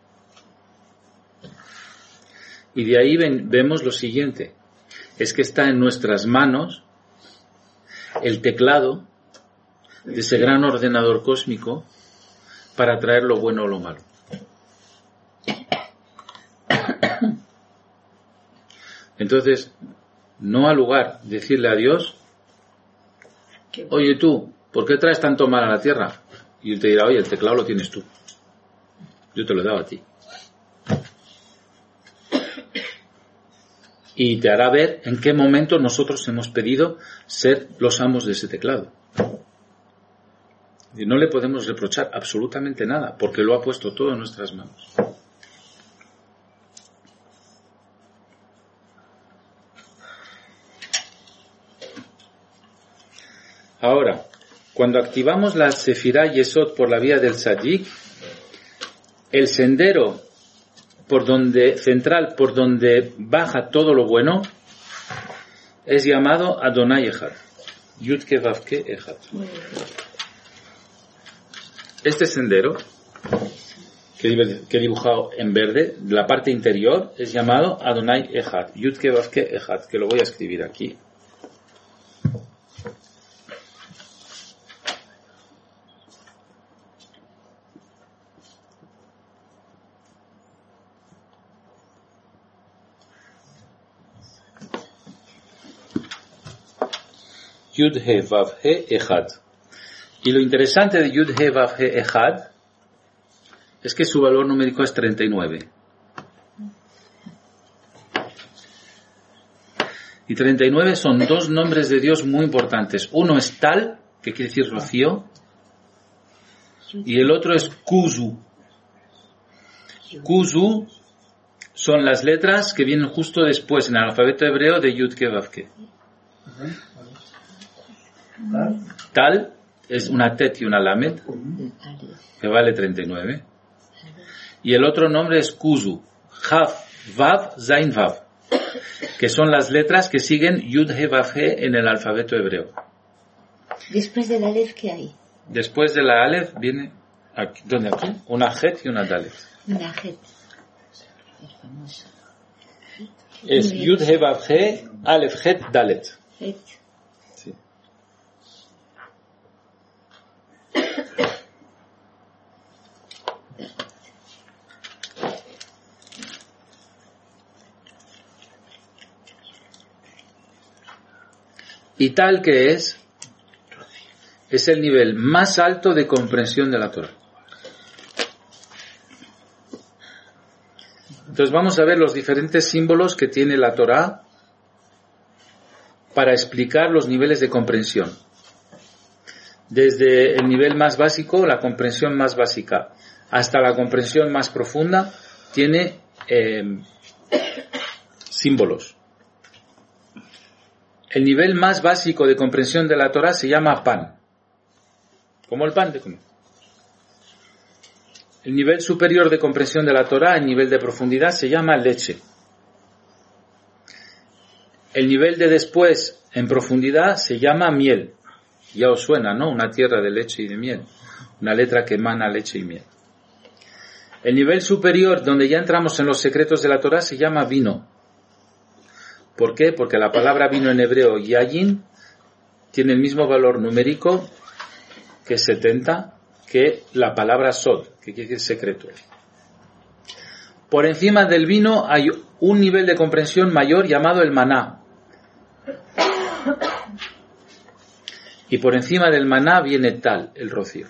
Y de ahí vemos lo siguiente, es que está en nuestras manos el teclado de ese gran ordenador cósmico para traer lo bueno o lo malo. Entonces, no ha lugar decirle a Dios, oye tú, ¿por qué traes tanto mal a la tierra? Y él te dirá, oye, el teclado lo tienes tú. Yo te lo he dado a ti. Y te hará ver en qué momento nosotros hemos pedido ser los amos de ese teclado. Y no le podemos reprochar absolutamente nada, porque lo ha puesto todo en nuestras manos. Ahora, cuando activamos la Sefirá Yesod por la vía del Tzadik, el sendero central por donde baja todo lo bueno, es llamado Adonai Echad. Yud-Ke Vav-Ke Echad. Este sendero que he dibujado en verde, la parte interior, es llamado Adonai Echad. Yud-Ke Vav-Ke Echad, que lo voy a escribir aquí. Yud-He Vav-He Echad. Y lo interesante de Yud-He Vav-He Echad es que su valor numérico es 39. Y 39 son dos nombres de Dios muy importantes. Uno es Tal, que quiere decir rocío, y el otro es Kuzu. Kuzu son las letras que vienen justo después en el alfabeto hebreo de Yud-Ke Vav-Ke. Tal es una tet y una lamed, que vale 39. Y el otro nombre es Kuzu, Hav, Vav, Zain, Vav, que son las letras que siguen Yud, He, Vav, He en el alfabeto hebreo. Después del Aleph, ¿qué hay? Después de la Aleph viene, aquí, ¿dónde aquí? Una Het y una Dalet. Una Het. Es famoso. Es Yud, He, Vav, He, Aleph, Het, Dalet. Het. Sí. Y tal que es el nivel más alto de comprensión de la Torah. Entonces vamos a ver los diferentes símbolos que tiene la Torah para explicar los niveles de comprensión. Desde el nivel más básico, la comprensión más básica, hasta la comprensión más profunda, tiene símbolos. El nivel más básico de comprensión de la Torah se llama pan, como el pan de comer. El nivel superior de comprensión de la Torah, el nivel de profundidad, se llama leche. El nivel de después, en profundidad, se llama miel. Ya os suena, ¿no? Una tierra de leche y de miel. Una letra que emana leche y miel. El nivel superior, donde ya entramos en los secretos de la Torah, se llama vino. ¿Por qué? Porque la palabra vino en hebreo, yayin, tiene el mismo valor numérico que 70 que la palabra sod, que quiere decir secreto. Por encima del vino hay un nivel de comprensión mayor llamado el maná. Y por encima del maná viene tal, el rocío.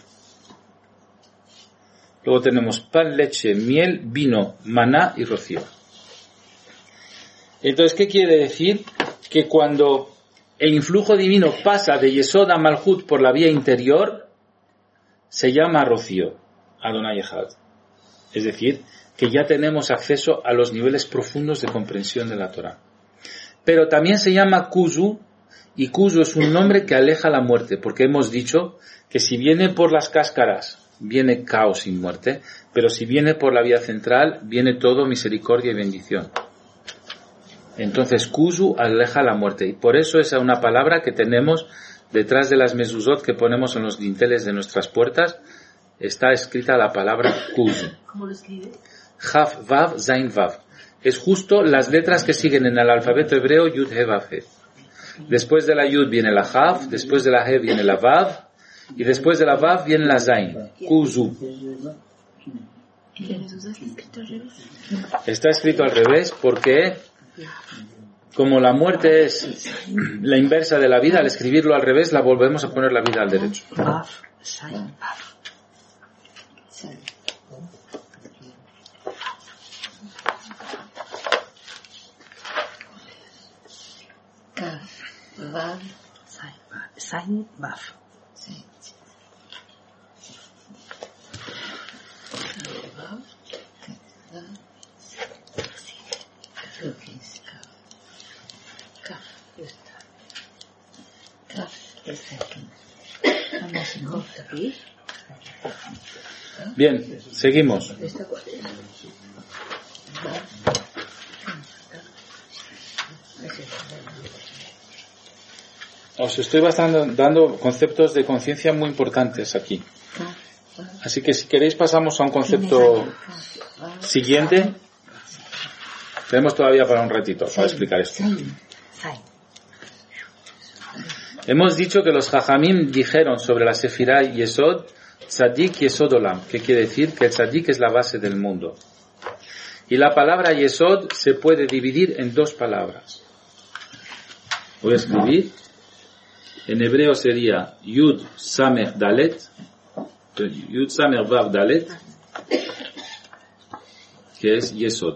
Luego tenemos pan, leche, miel, vino, maná y rocío. Entonces, ¿qué quiere decir? Que cuando el influjo divino pasa de Yesod a Malhut por la vía interior, se llama rocío, Adonai Echad. Es decir, que ya tenemos acceso a los niveles profundos de comprensión de la Torah. Pero también se llama Kuzu, y Kuzu es un nombre que aleja la muerte, porque hemos dicho que si viene por las cáscaras, viene caos y muerte, pero si viene por la vía central, viene todo misericordia y bendición. Entonces, Kuzu aleja la muerte. Y por eso es una palabra que tenemos detrás de las mezuzot que ponemos en los dinteles de nuestras puertas. Está escrita la palabra Kuzu. ¿Cómo lo escribe? Hav, Vav, Zain, Vav. Es justo las letras que siguen en el alfabeto hebreo Yud, He, Vav, He. Después de la Yud viene la Hav, después de la He viene la Vav, y después de la Vav viene la Zain. Kuzu. Está escrito al revés porque como la muerte es la inversa de la vida, al escribirlo al revés la volvemos a poner la vida al derecho. Vav, Zain, Vav. Kaf, Vav, Zain, Vav. Bien, seguimos. os estoy dando conceptos de conciencia muy importantes aquí. Así que si queréis pasamos a un concepto siguiente. Tenemos todavía para un ratito para explicar esto. Hemos dicho que los Jajamim dijeron sobre la Sefirá Yesod, Tzadik Yesod Olam, que quiere decir que el Tzadik es la base del mundo. Y la palabra Yesod se puede dividir en dos palabras. Voy a escribir. En hebreo sería Yud Samech Dalet, Yud Samech Vav Dalet, que es Yesod.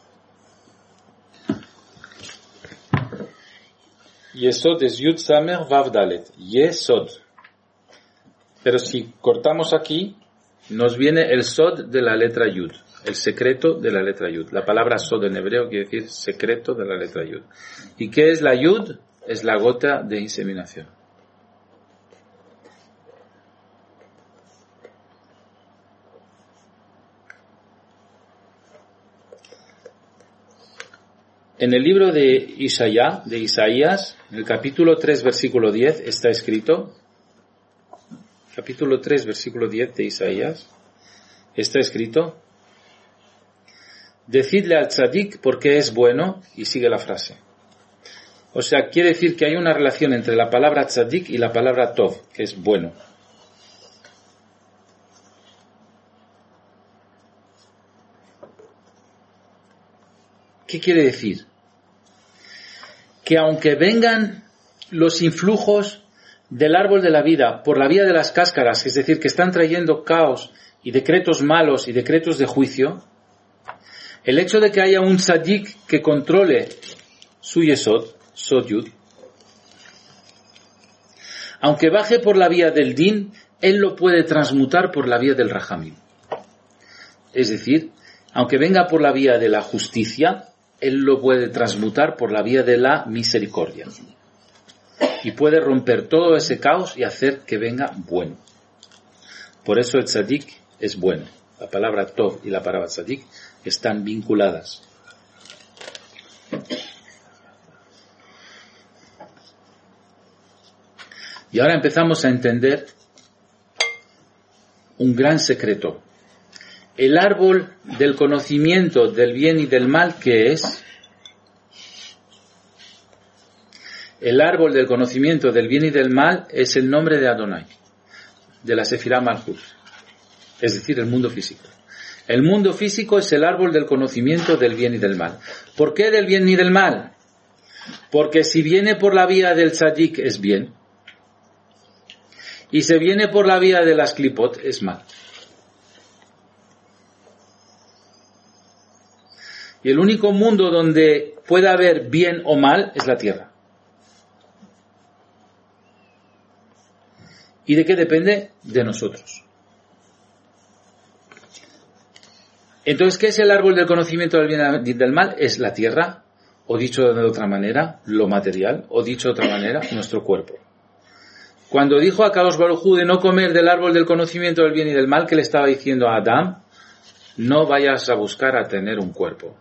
Yesod es Yud Samech Vav Dalet, Yesod. Pero si cortamos aquí, nos viene el Sod de la letra Yud, el secreto de la letra Yud. La palabra Sod en hebreo quiere decir secreto de la letra Yud. ¿Y qué es la Yud? Es la gota de inseminación. En el libro de Isaías, en el capítulo 3, versículo 10, está escrito, capítulo 3, versículo 10 de Isaías, está escrito, decidle al tzadik porque es bueno, y sigue la frase. O sea, quiere decir que hay una relación entre la palabra tzadik y la palabra tov, que es bueno. ¿Qué quiere decir? Que aunque vengan los influjos del árbol de la vida por la vía de las cáscaras, es decir, que están trayendo caos y decretos malos y decretos de juicio, el hecho de que haya un tzadik que controle su yesod, Sod Yud, aunque baje por la vía del din, él lo puede transmutar por la vía del rahamim. Es decir, aunque venga por la vía de la justicia, él lo puede transmutar por la vía de la misericordia. Y puede romper todo ese caos y hacer que venga bueno. Por eso el tzadik es bueno. La palabra tov y la palabra tzadik están vinculadas. Y ahora empezamos a entender un gran secreto. El árbol del conocimiento del bien y del mal, ¿qué es? El árbol del conocimiento del bien y del mal es el nombre de Adonai, de la Sefirá Malchut, es decir, el mundo físico. El mundo físico es el árbol del conocimiento del bien y del mal. ¿Por qué del bien y del mal? Porque si viene por la vía del tzadik es bien, y si viene por la vía de las klipot es mal. Y el único mundo donde puede haber bien o mal es la tierra. ¿Y de qué depende? De nosotros. Entonces, ¿qué es el árbol del conocimiento del bien y del mal? Es la tierra, o dicho de otra manera, lo material, o dicho de otra manera, nuestro cuerpo. Cuando dijo a Kadosh Baruj Hu de no comer del árbol del conocimiento del bien y del mal, que le estaba diciendo a Adán, no vayas a buscar a tener un cuerpo.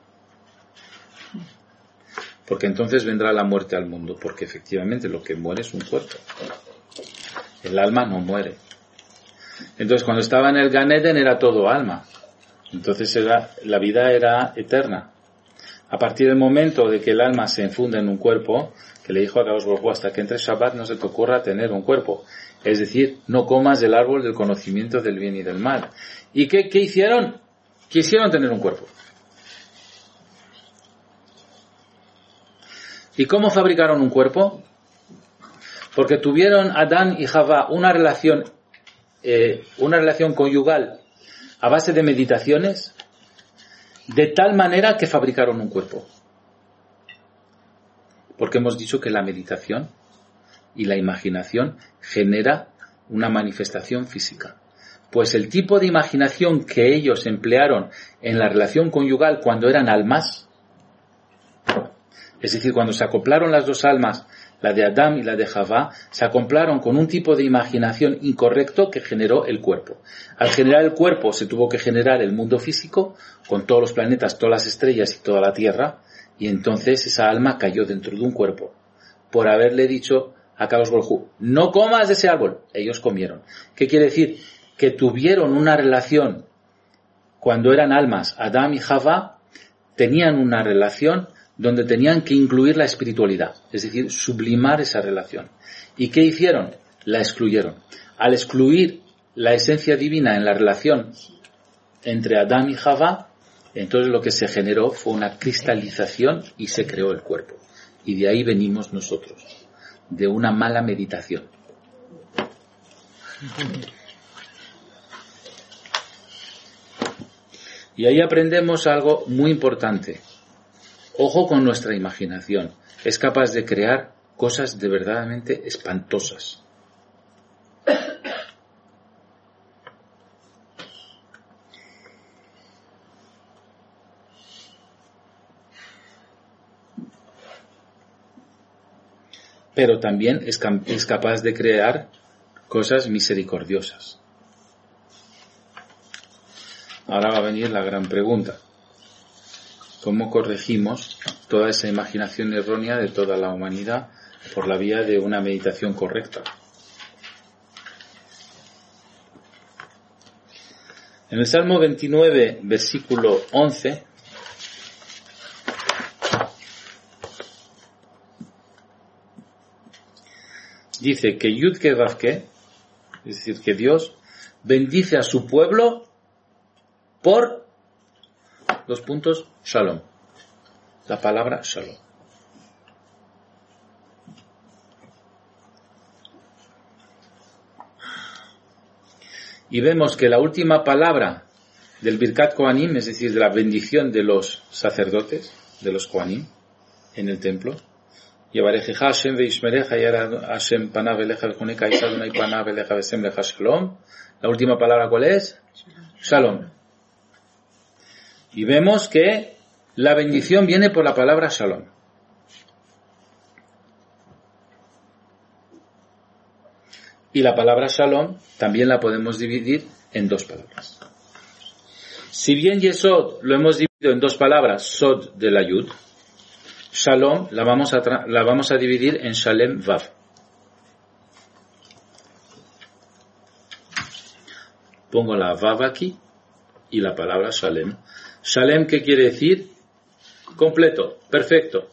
Porque entonces vendrá la muerte al mundo, porque efectivamente lo que muere es un cuerpo. El alma no muere. Entonces cuando estaba en el Gan Eden era todo alma. Entonces la vida era eterna. A partir del momento de que el alma se infunde en un cuerpo, que le dijo a Kadosh Baruj Hu, hasta que entre Shabbat no se te ocurra tener un cuerpo. Es decir, no comas del árbol del conocimiento del bien y del mal. ¿Y qué hicieron? Quisieron tener un cuerpo. ¿Y cómo fabricaron un cuerpo? Porque tuvieron Adán y Javá una relación conyugal a base de meditaciones, de tal manera que fabricaron un cuerpo. Porque hemos dicho que la meditación y la imaginación genera una manifestación física. Pues el tipo de imaginación que ellos emplearon en la relación conyugal cuando eran almas, es decir, cuando se acoplaron las dos almas, la de Adán y la de Javá, se acoplaron con un tipo de imaginación incorrecto que generó el cuerpo. Al generar el cuerpo se tuvo que generar el mundo físico, con todos los planetas, todas las estrellas y toda la Tierra, y entonces esa alma cayó dentro de un cuerpo, por haberle dicho a Kadosh Baruj Hu, no comas de ese árbol. Ellos comieron. ¿Qué quiere decir? Que tuvieron una relación cuando eran almas, Adán y Java, tenían una relación donde tenían que incluir la espiritualidad, es decir, sublimar esa relación. ¿Y qué hicieron? La excluyeron. Al excluir la esencia divina en la relación entre Adán y Java, entonces lo que se generó fue una cristalización y se creó el cuerpo. Y de ahí venimos nosotros, de una mala meditación. Y ahí aprendemos algo muy importante. Ojo con nuestra imaginación. Es capaz de crear cosas de verdaderamente espantosas. Pero también es capaz de crear cosas misericordiosas. Ahora va a venir la gran pregunta. ¿Cómo corregimos toda esa imaginación errónea de toda la humanidad por la vía de una meditación correcta? En el Salmo 29, versículo 11, dice que Yud Ke Vav Ke, es decir, que Dios bendice a su pueblo por dos puntos, Shalom. La palabra Shalom. Y vemos que la última palabra del Birkat Kohanim, es decir, de la bendición de los sacerdotes, de los Kohanim, en el templo, Yevarejeja Hashem veishmereja yara Hashem panav eleja vejuneka isadunai panav eleja vesem leja Shalom. La última palabra, ¿cuál es? Shalom. Y vemos que la bendición viene por la palabra Shalom. Y la palabra Shalom también la podemos dividir en dos palabras. Si bien Yesod lo hemos dividido en dos palabras, Sod de la Yud, Shalom la vamos a dividir en Shalem Vav. Pongo la Vav aquí y la palabra Shalem. Shalem, ¿qué quiere decir? Completo, perfecto.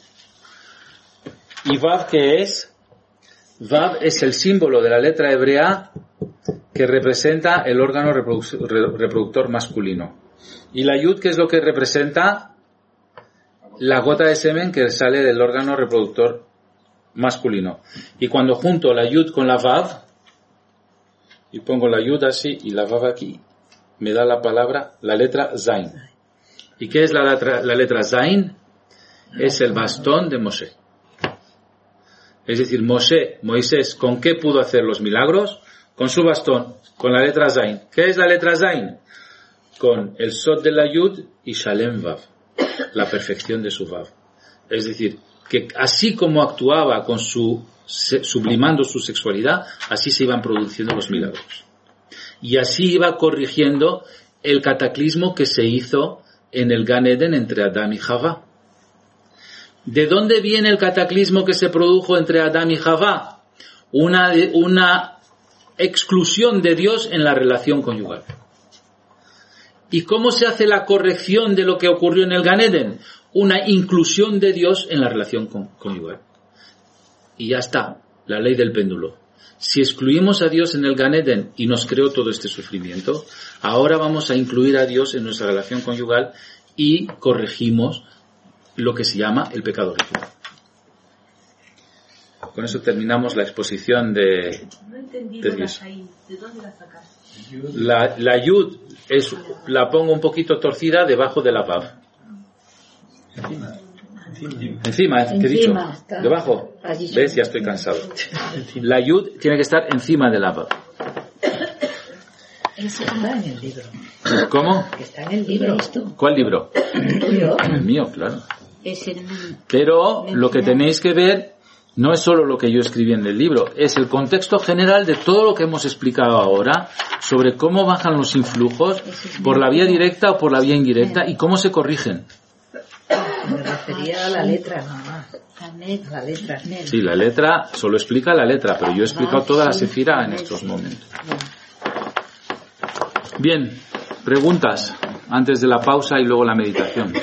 ¿Y Vav qué es? Vav es el símbolo de la letra hebrea que representa el órgano reproductor masculino. Y la Yud, ¿qué es lo que representa? La gota de semen que sale del órgano reproductor masculino. Y cuando junto la Yud con la Vav, y pongo la Yud así y la Vav aquí, me da la palabra, la letra Zain. ¿Y qué es la letra Zain? Es el bastón de Moshe. Es decir, Moisés, ¿con qué pudo hacer los milagros? Con su bastón, con la letra Zain. ¿Qué es la letra Zain? Con el Sod de la Yud y Shalem Vav, la perfección de su Vav. Es decir, que así como actuaba con sublimando su sexualidad, así se iban produciendo los milagros. Y así iba corrigiendo el cataclismo que se hizo en el Gan Eden entre Adán y Java. ¿De dónde viene el cataclismo que se produjo entre Adán y Java? Una exclusión de Dios en la relación conyugal. ¿Y cómo se hace la corrección de lo que ocurrió en el Gan Eden? Una inclusión de Dios en la relación conyugal. Y ya está, la ley del péndulo. Si excluimos a Dios en el Gan Eden y nos creó todo este sufrimiento, ahora vamos a incluir a Dios en nuestra relación conyugal y corregimos lo que se llama el pecado ritual. Con eso terminamos la exposición de Dios. ¿De dónde la sacas? La Yud la pongo un poquito torcida debajo de la Vav. Encima, ¿qué he dicho? Debajo. ¿Ves? Ya estoy cansado. La Yud tiene que estar encima de la Vav. Eso está en el libro. ¿Cómo? Está en el libro esto. ¿Cuál libro? El mío, claro. Es el... Pero lo que tenéis que ver no es solo lo que yo escribí en el libro, es el contexto general de todo lo que hemos explicado ahora sobre cómo bajan los influjos por la vía directa o por la vía indirecta y cómo se corrigen. Me refería a la letra nada más. Hamed, La letra. Sí, la letra solo explica la letra, pero yo he explicado toda la sefira en estos momentos. Bien, preguntas antes de la pausa y luego la meditación.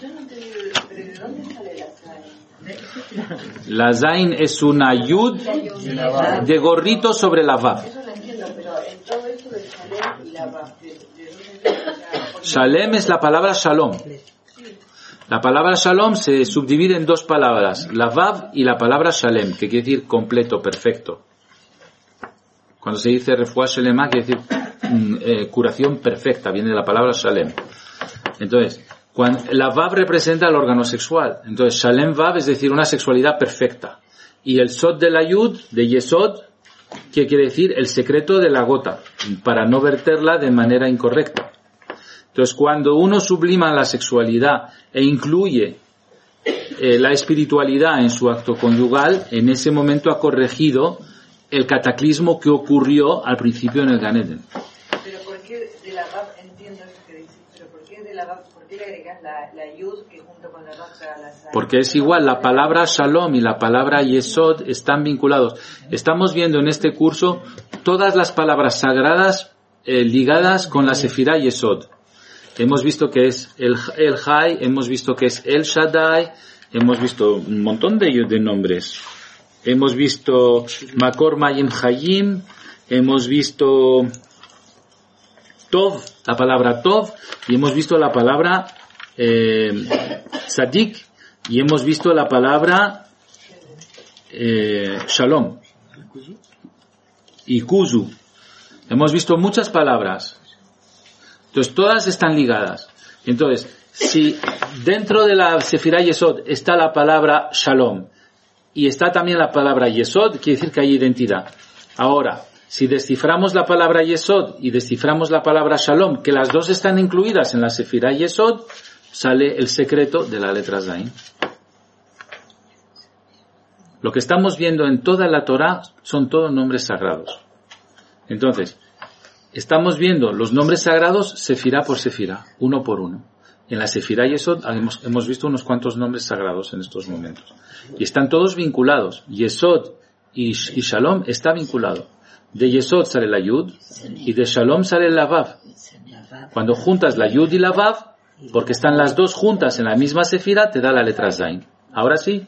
La Zain es una Yud de gorrito sobre la Vav. Eso lo entiendo, pero en todo esto de Shalem y la Vav, Shalem es la palabra Shalom. La palabra Shalom se subdivide en dos palabras, la Vav y la palabra Shalem, que quiere decir completo, perfecto. Cuando se dice Refuah Shelema, quiere decir curación perfecta, viene de la palabra Shalem. Entonces, la Vav representa el órgano sexual. Entonces, Shalem Vav es decir, una sexualidad perfecta. Y el Sod de la Yud, de Yesod, que quiere decir el secreto de la gota, para no verterla de manera incorrecta. Entonces, cuando uno sublima la sexualidad e incluye la espiritualidad en su acto conyugal, en ese momento ha corregido el cataclismo que ocurrió al principio en el Gan Eden. Pero ¿por qué de la Vav entiendo eso que dices? Pero ¿por qué de la Vav, por qué le agregas la Yud que junto con la Vav sea la Zain? Porque es igual, la palabra Shalom y la palabra Yesod están vinculados. Estamos viendo en este curso todas las palabras sagradas ligadas con la Sefirá Yesod. Hemos visto que es el Jai, hemos visto que es el Shaddai, hemos visto un montón de nombres. Hemos visto Makor Mayim Hayim, hemos visto Tov, la palabra Tov, y hemos visto la palabra Tzadik, y hemos visto la palabra Shalom y Kuzu. Hemos visto muchas palabras. Entonces, todas están ligadas. Entonces, si dentro de la Sefirá Yesod está la palabra Shalom y está también la palabra Yesod, quiere decir que hay identidad. Ahora, si desciframos la palabra Yesod y desciframos la palabra Shalom, que las dos están incluidas en la Sefirá Yesod, sale el secreto de la letra Zain. Lo que estamos viendo en toda la Torá son todos nombres sagrados. Entonces, estamos viendo los nombres sagrados sefirá por sefirá, uno por uno. En la Sefirá Yesod hemos visto unos cuantos nombres sagrados en estos momentos. Y están todos vinculados. Yesod y Shalom está vinculado. De Yesod sale la Yud y de Shalom sale la Vav. Cuando juntas la Yud y la Vav, porque están las dos juntas en la misma Sefirá, te da la letra Zain. Ahora sí.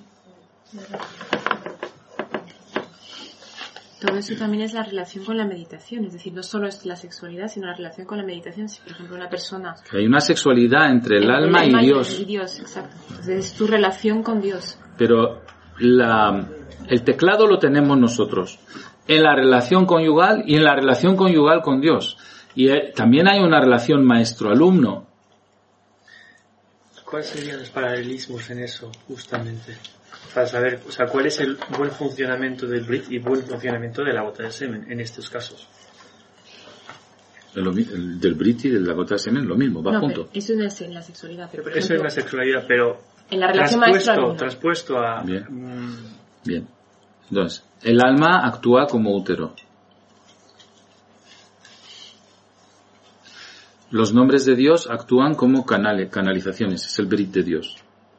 Todo eso también es la relación con la meditación, es decir, no solo es la sexualidad, sino la relación con la meditación. Si, por ejemplo, una persona... Que hay una sexualidad entre el alma y Dios. Y Dios, exacto. Entonces, es tu relación con Dios. Pero el teclado lo tenemos nosotros, en la relación conyugal y en la relación conyugal con Dios. Y también hay una relación maestro-alumno. ¿Cuáles serían los paralelismos en eso, justamente? Para saber, o sea, cuál es el buen funcionamiento del Brit y buen funcionamiento de la gota de semen en estos casos. El del Brit y de la gota de semen, lo mismo, va junto. Eso no es en la sexualidad, pero por ejemplo... Eso es la sexualidad, pero... En la relación transpuesto a... Bien. Entonces, el alma actúa como útero. Los nombres de Dios actúan como canalizaciones, es el Brit de Dios.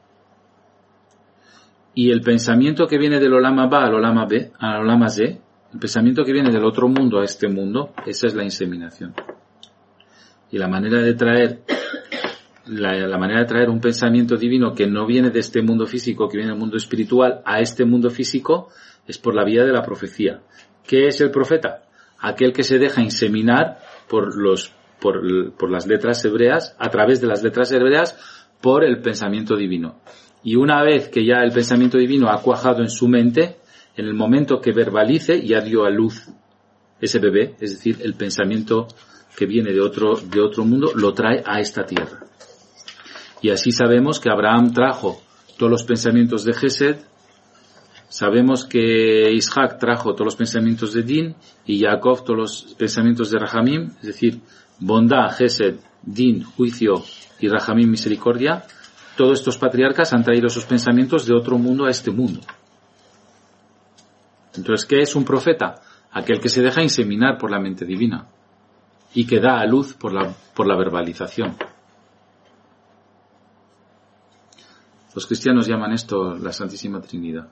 Y el pensamiento que viene del Olama Ba al Olama B, al Olama Z, el pensamiento que viene del otro mundo a este mundo, esa es la inseminación. Y la manera de traer la manera de traer un pensamiento divino que no viene de este mundo físico, que viene del mundo espiritual a este mundo físico, es por la vía de la profecía. ¿Qué es el profeta? Aquel que se deja inseminar por las letras hebreas, a través de las letras hebreas, por el pensamiento divino. Y una vez que ya el pensamiento divino ha cuajado en su mente, en el momento que verbalice, ya dio a luz ese bebé, es decir, el pensamiento que viene de otro mundo, lo trae a esta tierra. Y así sabemos que Abraham trajo todos los pensamientos de Gesed, sabemos que Isaac trajo todos los pensamientos de Din, y Jacob todos los pensamientos de Rahamim, es decir, bondad, Gesed, Din, juicio y Rahamim, misericordia. Todos estos patriarcas han traído esos pensamientos de otro mundo a este mundo. Entonces, ¿qué es un profeta? Aquel que se deja inseminar por la mente divina y que da a luz por la verbalización. Los cristianos llaman esto la Santísima Trinidad.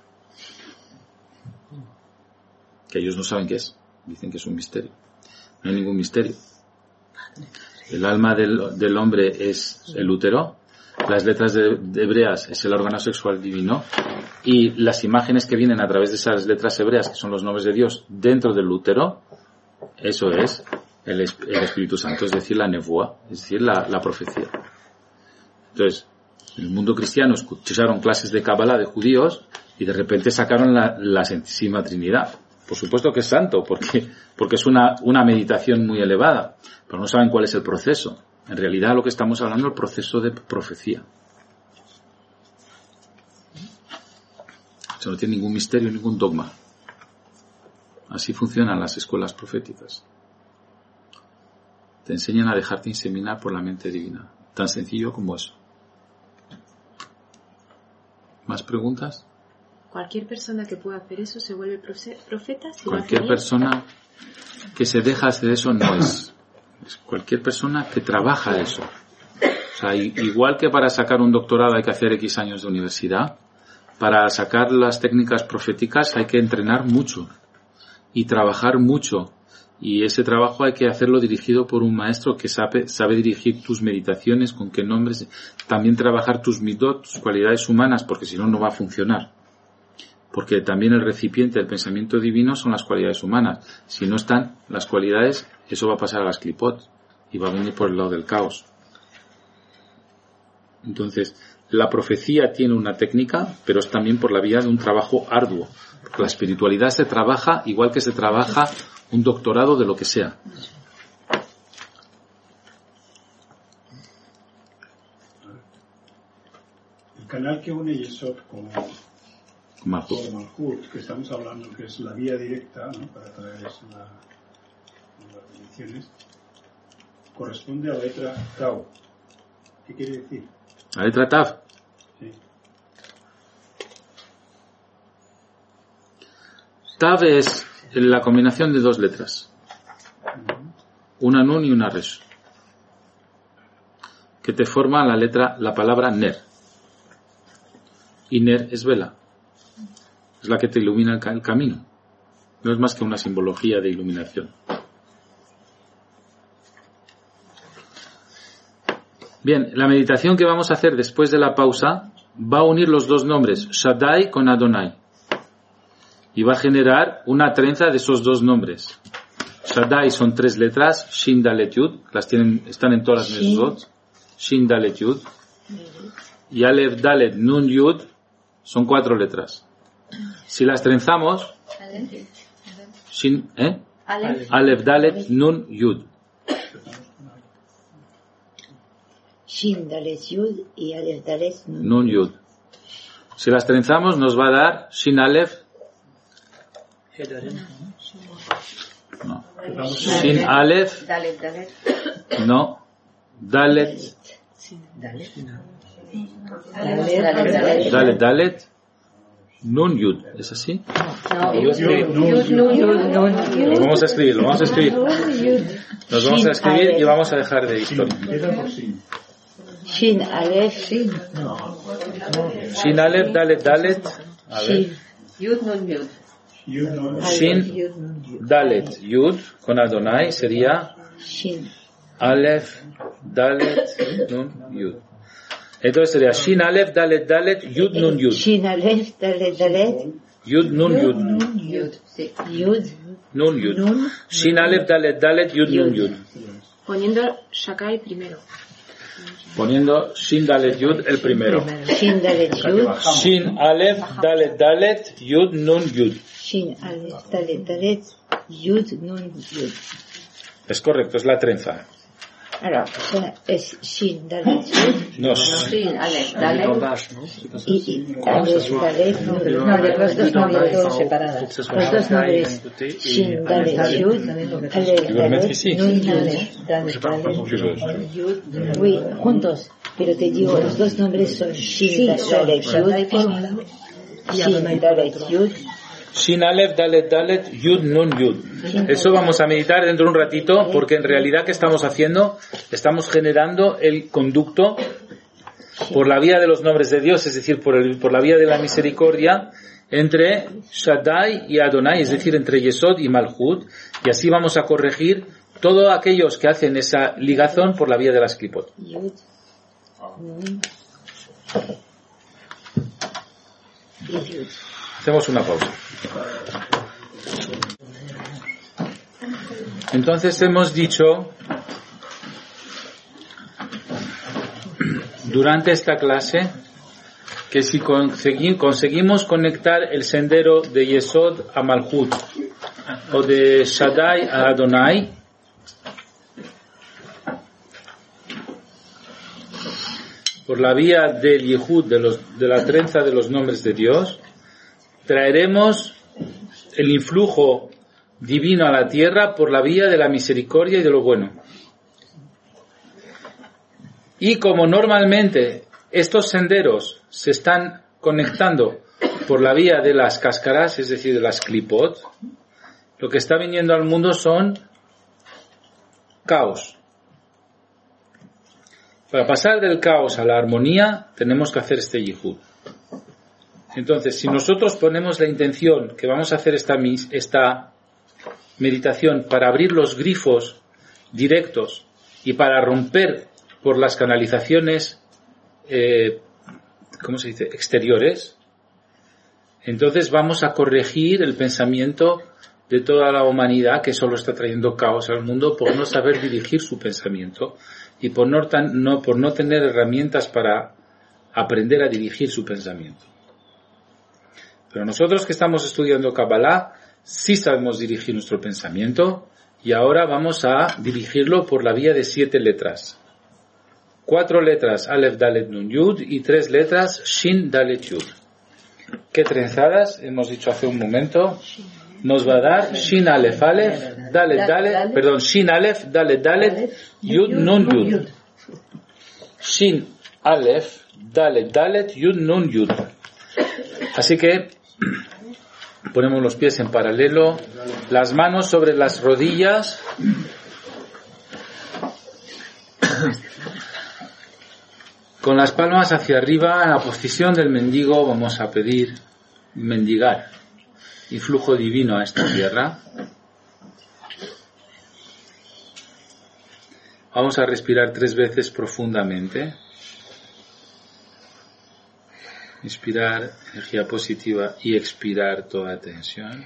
Que ellos no saben qué es. Dicen que es un misterio. No hay ningún misterio. El alma del hombre es el útero. Las letras de hebreas es el órgano sexual divino. Y las imágenes que vienen a través de esas letras hebreas, que son los nombres de Dios, dentro del útero, eso es el Espíritu Santo, es decir, la nevuá, es decir, la profecía. Entonces, en el mundo cristiano escucharon clases de Kabbalah de judíos y de repente sacaron la Santísima Trinidad. Por supuesto que es santo, porque es una meditación muy elevada, pero no saben cuál es el proceso. En realidad lo que estamos hablando es el proceso de profecía. Eso no tiene ningún misterio, ningún dogma. Así funcionan las escuelas proféticas. Te enseñan a dejarte inseminar por la mente divina. Tan sencillo como eso. ¿Más preguntas? Cualquier persona que pueda hacer eso se vuelve profeta. Si Cualquier persona que se deja hacer eso no es. Es cualquier persona que trabaja eso. O sea, igual que para sacar un doctorado hay que hacer X años de universidad, para sacar las técnicas proféticas hay que entrenar mucho y trabajar mucho. Y ese trabajo hay que hacerlo dirigido por un maestro que sabe dirigir tus meditaciones, con qué nombres, también trabajar tus midot, tus cualidades humanas, porque si no, no va a funcionar. Porque también el recipiente del pensamiento divino son las cualidades humanas. Si no están las cualidades, eso va a pasar a las clipot y va a venir por el lado del caos. Entonces, la profecía tiene una técnica, pero es también por la vía de un trabajo arduo. Porque la espiritualidad se trabaja igual que se trabaja un doctorado de lo que sea. El canal que une Yesod con Malhut, que estamos hablando que es la vía directa, ¿no?, para traer las bendiciones, corresponde a la letra Tau. ¿Qué quiere decir? ¿La letra Tav? Sí. Tav es la combinación de dos letras. Una Nun y una Resh. Que te forma la palabra Ner. Y Ner es vela. Es la que te ilumina el camino. No es más que una simbología de iluminación. Bien, la meditación que vamos a hacer después de la pausa va a unir los dos nombres, Shaddai con Adonai. Y va a generar una trenza de esos dos nombres. Shaddai son 3 letras, Shin Dalet Yud, están en todas las mesuzot. Shin Dalet Yud. Y Aleph Dalet Nun Yud son 4 letras. Si las trenzamos, Shin, Aleph Dalet Nun Yud. Shin Dalet Yud y Aleph Dalet Nun Yud. Si las trenzamos nos va a dar Shin Aleph. No. Shin Aleph. No. Dalet. Dalet. Nun Yud. ¿Es así? Lo vamos a escribir. Nos vamos a escribir y vamos a dejar de historia. Shin Aleph. Shin Aleph, Dalet. A ver. Yud Nun Yud. Shin Dalet Yud con Adonai sería Shin Aleph Dalet Nun Yud. Entonces sería Shin Aleph Dalet Yud Nun Yud. Shin Aleph Dalet Yud Nun Yud. Yud Nun Yud. Shin Aleph Dalet Yud Nun Yud. Poniendo Shakai primero. Poniendo Shin Dalet Yud el primero. Shin Dalet Yud. Shin Aleph Dalet Yud Nun Yud. Shin Aleph Dalet Yud Nun Yud. Es correcto, es la trenza. Ahora, es Shin Dalet Yud. No, Shin Aleph Dalet. Y Aleph Dalet Nun. No, de los dos nombres separados. Los dos nombres. Shin Dalet Yud. Aleph Dalet Nun Yud. Oui, juntos. Pero te digo, los dos nombres son Shin Dalet Yud. Shin Dalet Yud. Shin Aleph Dalet Yud Nun Yud. Eso vamos a meditar dentro de un ratito, porque en realidad ¿qué estamos haciendo? Estamos generando el conducto por la vía de los nombres de Dios, es decir, por la vía de la misericordia, entre Shaddai y Adonai, es decir, entre Yesod y Malhut, y así vamos a corregir todos aquellos que hacen esa ligazón por la vía de las Klipot. Hacemos una pausa. Entonces hemos dicho durante esta clase que si conseguimos conectar el sendero de Yesod a Malhut o de Shaddai a Adonai, por la vía del Yehud, de la trenza de los nombres de Dios, traeremos el influjo divino a la tierra por la vía de la misericordia y de lo bueno. Y como normalmente estos senderos se están conectando por la vía de las cáscaras, es decir, de las klipot, lo que está viniendo al mundo son caos. Para pasar del caos a la armonía tenemos que hacer este yihud. Entonces, si nosotros ponemos la intención que vamos a hacer esta meditación para abrir los grifos directos y para romper por las canalizaciones exteriores, entonces vamos a corregir el pensamiento de toda la humanidad que solo está trayendo caos al mundo por no saber dirigir su pensamiento y por no tener herramientas para aprender a dirigir su pensamiento. Pero nosotros que estamos estudiando Kabbalah sí sabemos dirigir nuestro pensamiento y ahora vamos a dirigirlo por la vía de 7 letras. 4 letras Aleph, Dalet, Nun, Yud y 3 letras Shin, Dalet, Yud. ¿Qué trenzadas? Hemos dicho hace un momento. Nos va a dar Shin, Aleph, Aleph, Dalet, Dalet, perdón, Shin, Aleph, Dalet, Dalet, Yud, Nun, Yud. Shin, Aleph, Dalet, Dalet, Yud, Nun, Yud. Así que ponemos los pies en paralelo, las manos sobre las rodillas, con las palmas hacia arriba, en la posición del mendigo vamos a pedir mendigar influjo divino a esta tierra. Vamos a respirar 3 veces profundamente. Inspirar energía positiva y expirar toda tensión.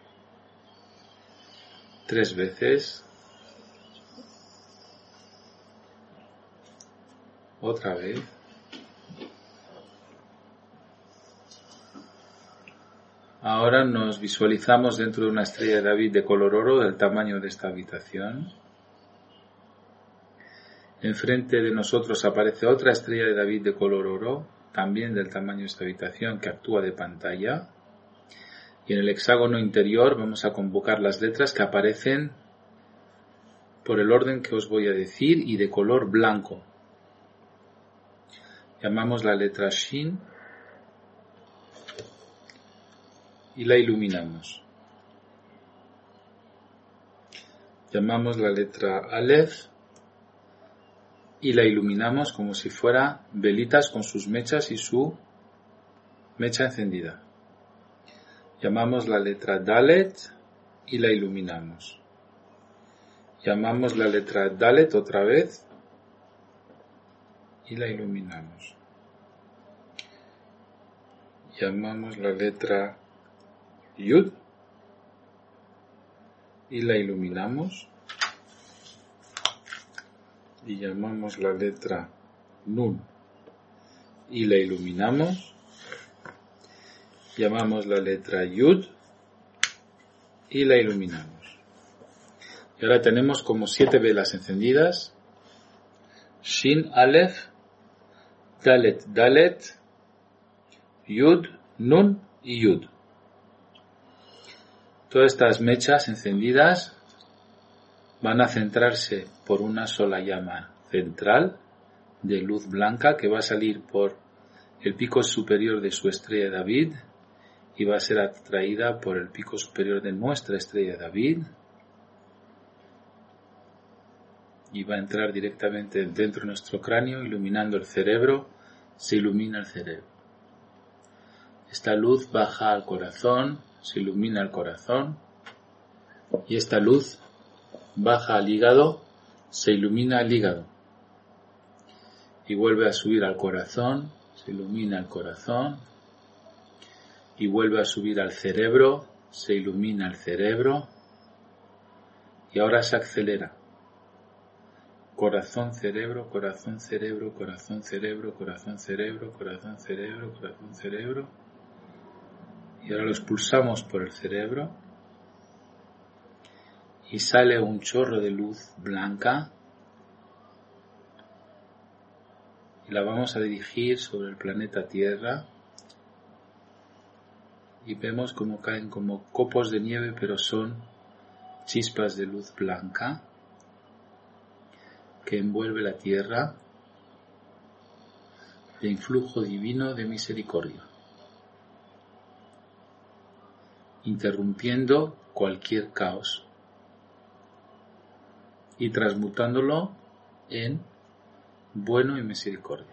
3 veces. Otra vez. Ahora nos visualizamos dentro de una estrella de David de color oro del tamaño de esta habitación. Enfrente de nosotros aparece otra estrella de David de color oro, también del tamaño de esta habitación, que actúa de pantalla. Y en el hexágono interior vamos a convocar las letras que aparecen por el orden que os voy a decir y de color blanco. Llamamos la letra Shin y la iluminamos. Llamamos la letra Aleph y la iluminamos como si fuera velitas con sus mechas y su mecha encendida. Llamamos la letra Dalet y la iluminamos. Llamamos la letra Dalet otra vez y la iluminamos. Llamamos la letra Yud y la iluminamos. Y llamamos la letra Nun y la iluminamos. Llamamos la letra Yud y la iluminamos. Y ahora tenemos como 7 velas encendidas. Shin, Aleph, Dalet, Dalet, Yud, Nun y Yud. Todas estas mechas encendidas van a centrarse por una sola llama central de luz blanca que va a salir por el pico superior de su estrella de David y va a ser atraída por el pico superior de nuestra estrella de David y va a entrar directamente dentro de nuestro cráneo, iluminando el cerebro se ilumina el cerebro. Esta luz baja al corazón, se ilumina el corazón. Y esta luz baja al hígado, se ilumina el hígado. Y vuelve a subir al corazón, se ilumina el corazón. Y vuelve a subir al cerebro, se ilumina el cerebro. Y ahora se acelera. Corazón, cerebro, corazón, cerebro, corazón, cerebro, corazón, cerebro, corazón, cerebro, corazón, cerebro. Y ahora lo expulsamos por el cerebro. Y sale un chorro de luz blanca. Y la vamos a dirigir sobre el planeta Tierra. Y vemos cómo caen como copos de nieve, pero son chispas de luz blanca que envuelve la Tierra de influjo divino de misericordia, interrumpiendo cualquier caos y transmutándolo en bueno y misericordia.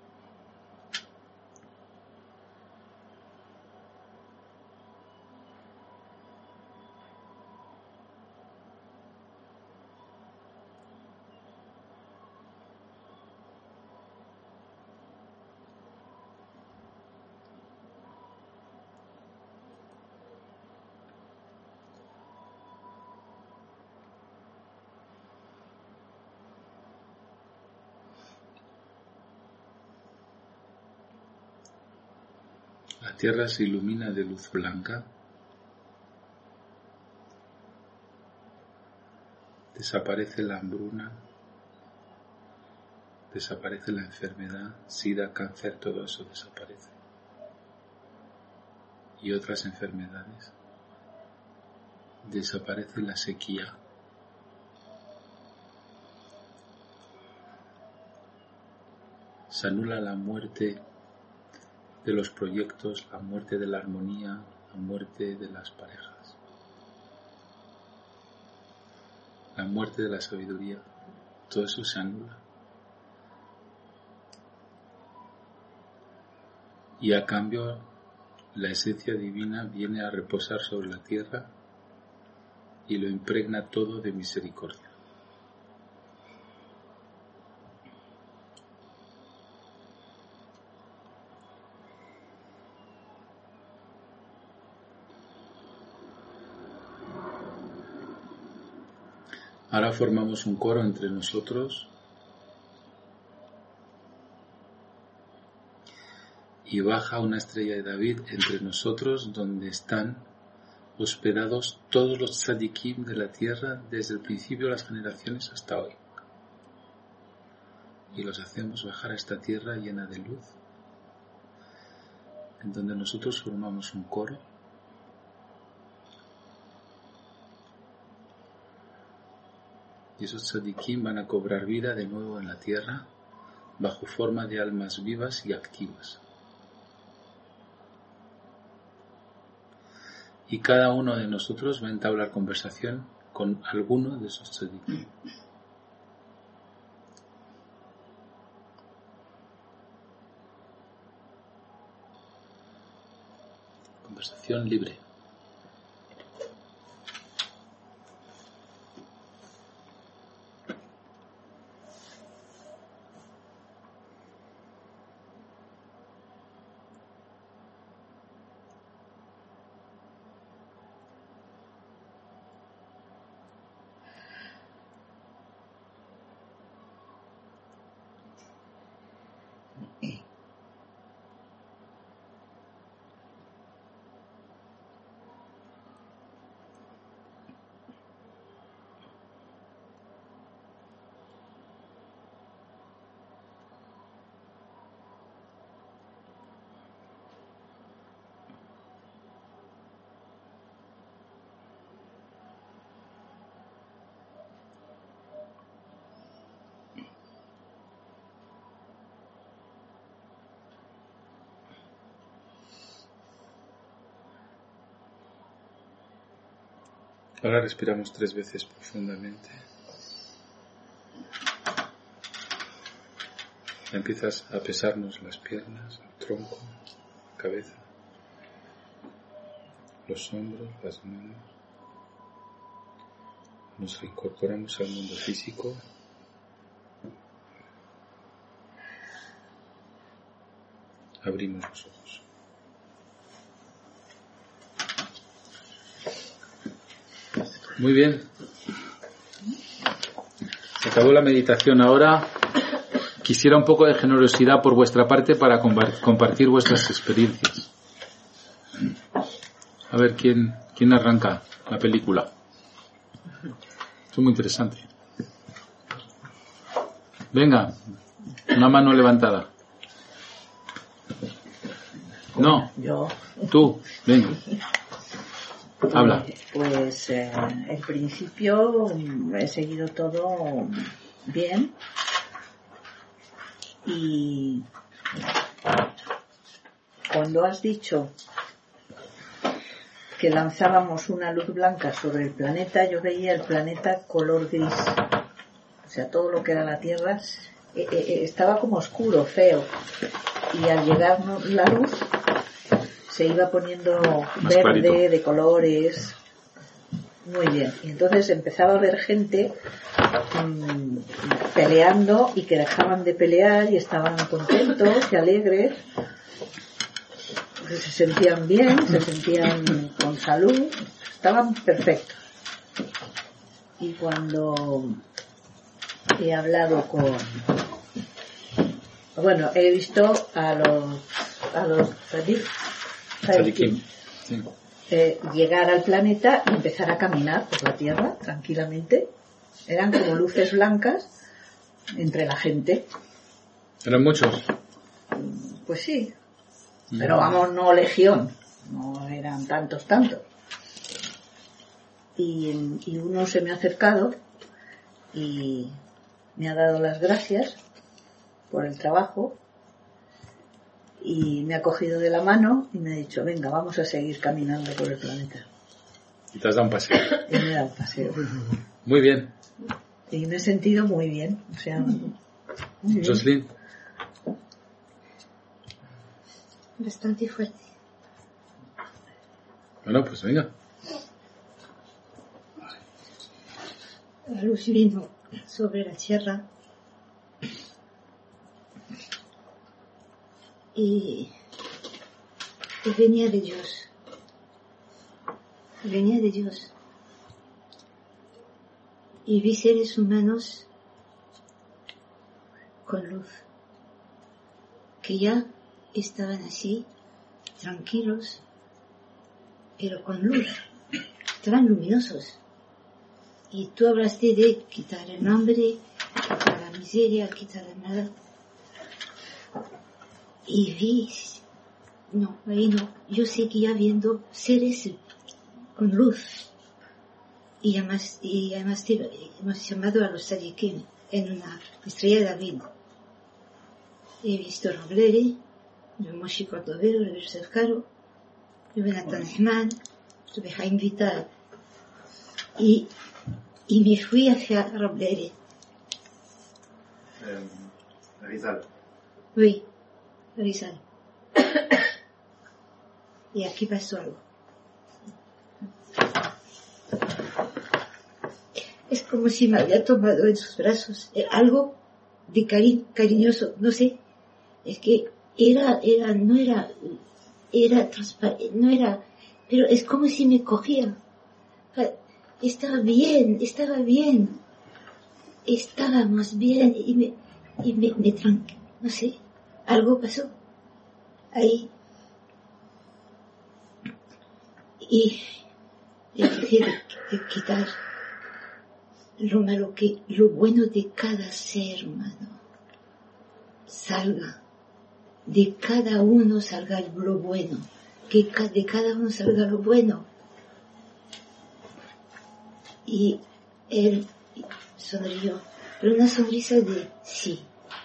La Tierra se ilumina de luz blanca. Desaparece la hambruna. Desaparece la enfermedad, sida, cáncer, todo eso desaparece. Y otras enfermedades. Desaparece la sequía. Se anula la muerte de los proyectos, la muerte de la armonía, la muerte de las parejas, la muerte de la sabiduría, todo eso se anula. Y a cambio, la esencia divina viene a reposar sobre la tierra y lo impregna todo de misericordia. Ahora formamos un coro entre nosotros y baja una estrella de David entre nosotros donde están hospedados todos los tzadikim de la tierra desde el principio de las generaciones hasta hoy. Y los hacemos bajar a esta tierra llena de luz, en donde nosotros formamos un coro. Y esos tzadikim van a cobrar vida de nuevo en la tierra bajo forma de almas vivas y activas. Y cada uno de nosotros va a entablar conversación con alguno de esos tzadikim. Conversación libre. Ahora respiramos 3 veces profundamente. Empiezas a pesarnos las piernas, el tronco, la cabeza, los hombros, las manos. Nos reincorporamos al mundo físico. Abrimos los ojos. Muy bien. Se acabó la meditación ahora. Quisiera un poco de generosidad por vuestra parte para compartir vuestras experiencias. A ver, ¿quién arranca la película? Esto es muy interesante. Venga, una mano levantada. No, yo. Tú, venga. Habla. Pues el principio he seguido todo bien y cuando has dicho que lanzábamos una luz blanca sobre el planeta, yo veía el planeta color gris, o sea, todo lo que era la Tierra estaba como oscuro, feo, y al llegar la luz se iba poniendo más verde, clarito, de colores, muy bien. Y entonces empezaba a ver gente peleando y que dejaban de pelear y estaban contentos y alegres, se sentían bien, se sentían con salud, estaban perfectos. Y cuando he hablado he visto a los Tzadikim, sí, llegar al planeta y empezar a caminar por la Tierra tranquilamente. Eran como luces blancas entre la gente. ¿Eran muchos? Pues sí, pero vamos, no legión, no eran tantos. Y uno se me ha acercado y me ha dado las gracias por el trabajo y me ha cogido de la mano y me ha dicho, venga, vamos a seguir caminando por el planeta. Y te has dado un paseo. Y me he dado un paseo. Muy bien. Y me he sentido muy bien. O sea, muy bien. Jocelyn. Bastante fuerte. Bueno, pues venga. La luz vino sobre la tierra y venía de Dios. Venía de Dios. Y vi seres humanos con luz, que ya estaban así, tranquilos, pero con luz, estaban luminosos. Y tú hablaste de quitar el hambre, quitar la miseria, quitar el nada. Y vi, no, ahí no, yo seguía viendo seres con luz. Y además hemos llamado a los tzadikim en una estrella de David. He visto Robleri, Moshe Cordovero, Yosef Caro, Jonathan Hman, estuve a invitar. Y me fui hacia Robleri. Rizal. Oui, Rizal. Y aquí pasó algo. Es como si me había tomado en sus brazos, algo de cariñoso, no sé, es que no era transparente, pero es como si me cogía, estaba bien, estábamos bien, y me tranqué, no sé, algo pasó ahí, y dejé de quitar lo malo, que lo bueno de cada ser humano salga, de cada uno salga lo bueno, que de cada uno salga lo bueno. Y él sonrió, pero una sonrisa de sí.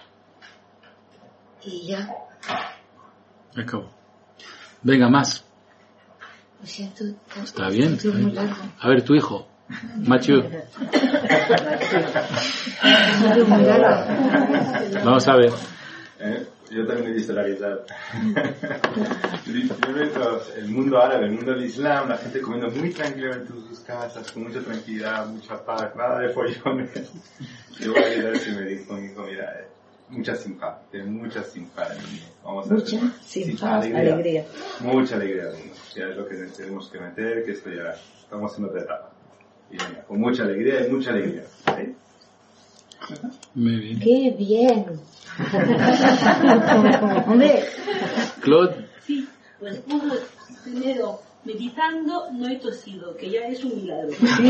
Y ya. Acabó. Venga, más. Lo siento. Está bien. A ver, tu hijo. Mathieu. Vamos a ver. Yo también he visto la realidad. El mundo árabe, el mundo del Islam, la gente comiendo muy tranquila en sus casas, con mucha tranquilidad, mucha paz, nada de follones. Yo voy a ayudar si me dijo, mira, mucha simpa, tiene mucha simpa el niño. Vamos a Mucha simpa, alegría. Mucha alegría, ya es lo que tenemos que meter, que esto ya estamos en otra etapa. Y venga, con mucha alegría y mucha alegría. ¿Sí? Muy bien. ¡Qué bien! Hombre. Claude. Sí, pues uno, primero, meditando no he tosido, que ya es un milagro.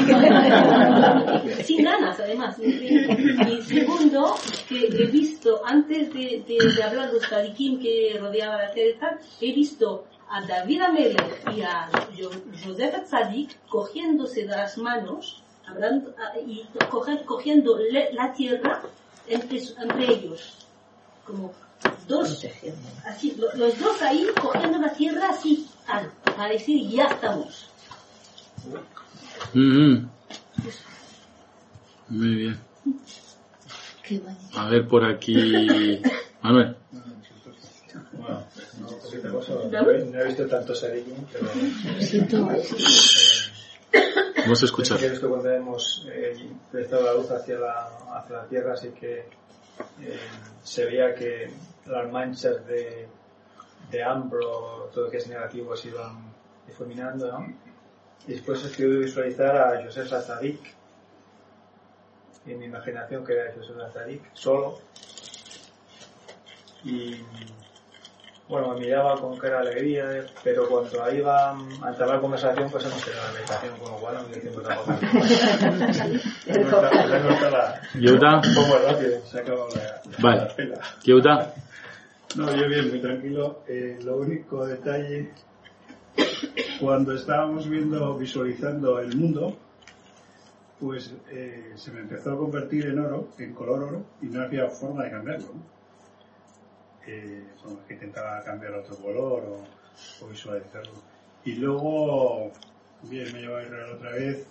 Sin ganas, además. Y segundo, que he visto, antes de hablar de los taliquín que rodeaba la tierra, he visto a David Amelech y a Joseph Tzadik cogiéndose de las manos y cogiendo la tierra entre ellos, como dos, así, los dos ahí cogiendo la tierra así, para decir ya estamos. Muy bien. Qué bonito. A ver por aquí, Manuel. Bueno, no he visto tanto Sarikin, pero... Vamos a escuchar. He visto cuando hemos prestado la luz hacia la tierra, así que se veía que las manchas de ambro, todo lo que es negativo, se iban difuminando, ¿no? Y después he querido visualizar a Joseph Tzadik, en mi imaginación que era Joseph Tzadik, solo. Y bueno, me miraba con cara de alegría, pero cuando iba a entrar la conversación, pues hemos tenido la meditación, con lo cual no me dio tiempo tampoco. No estaba ¿Yehuda? un poco rápido, se acabó Vale. la pela. ¿Yehuda? No, yo bien, muy tranquilo. Lo único detalle, cuando estábamos visualizando el mundo, pues se me empezó a convertir en oro, en color oro, y no había forma de cambiarlo, ¿no? Bueno, que intentaba cambiar otro color o visualizarlo. Y luego, bien, me llevó a Israel otra vez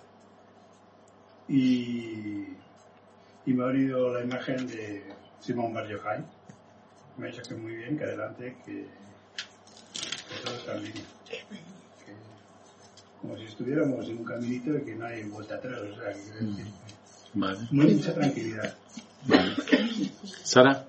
y me ha venido la imagen de Simón Bar Yochai. Me ha dicho que muy bien, que adelante, que todo está bien. Como si estuviéramos en un caminito y que no hay vuelta atrás, o sea, Vale. mucha tranquilidad. Vale. ¿Sara?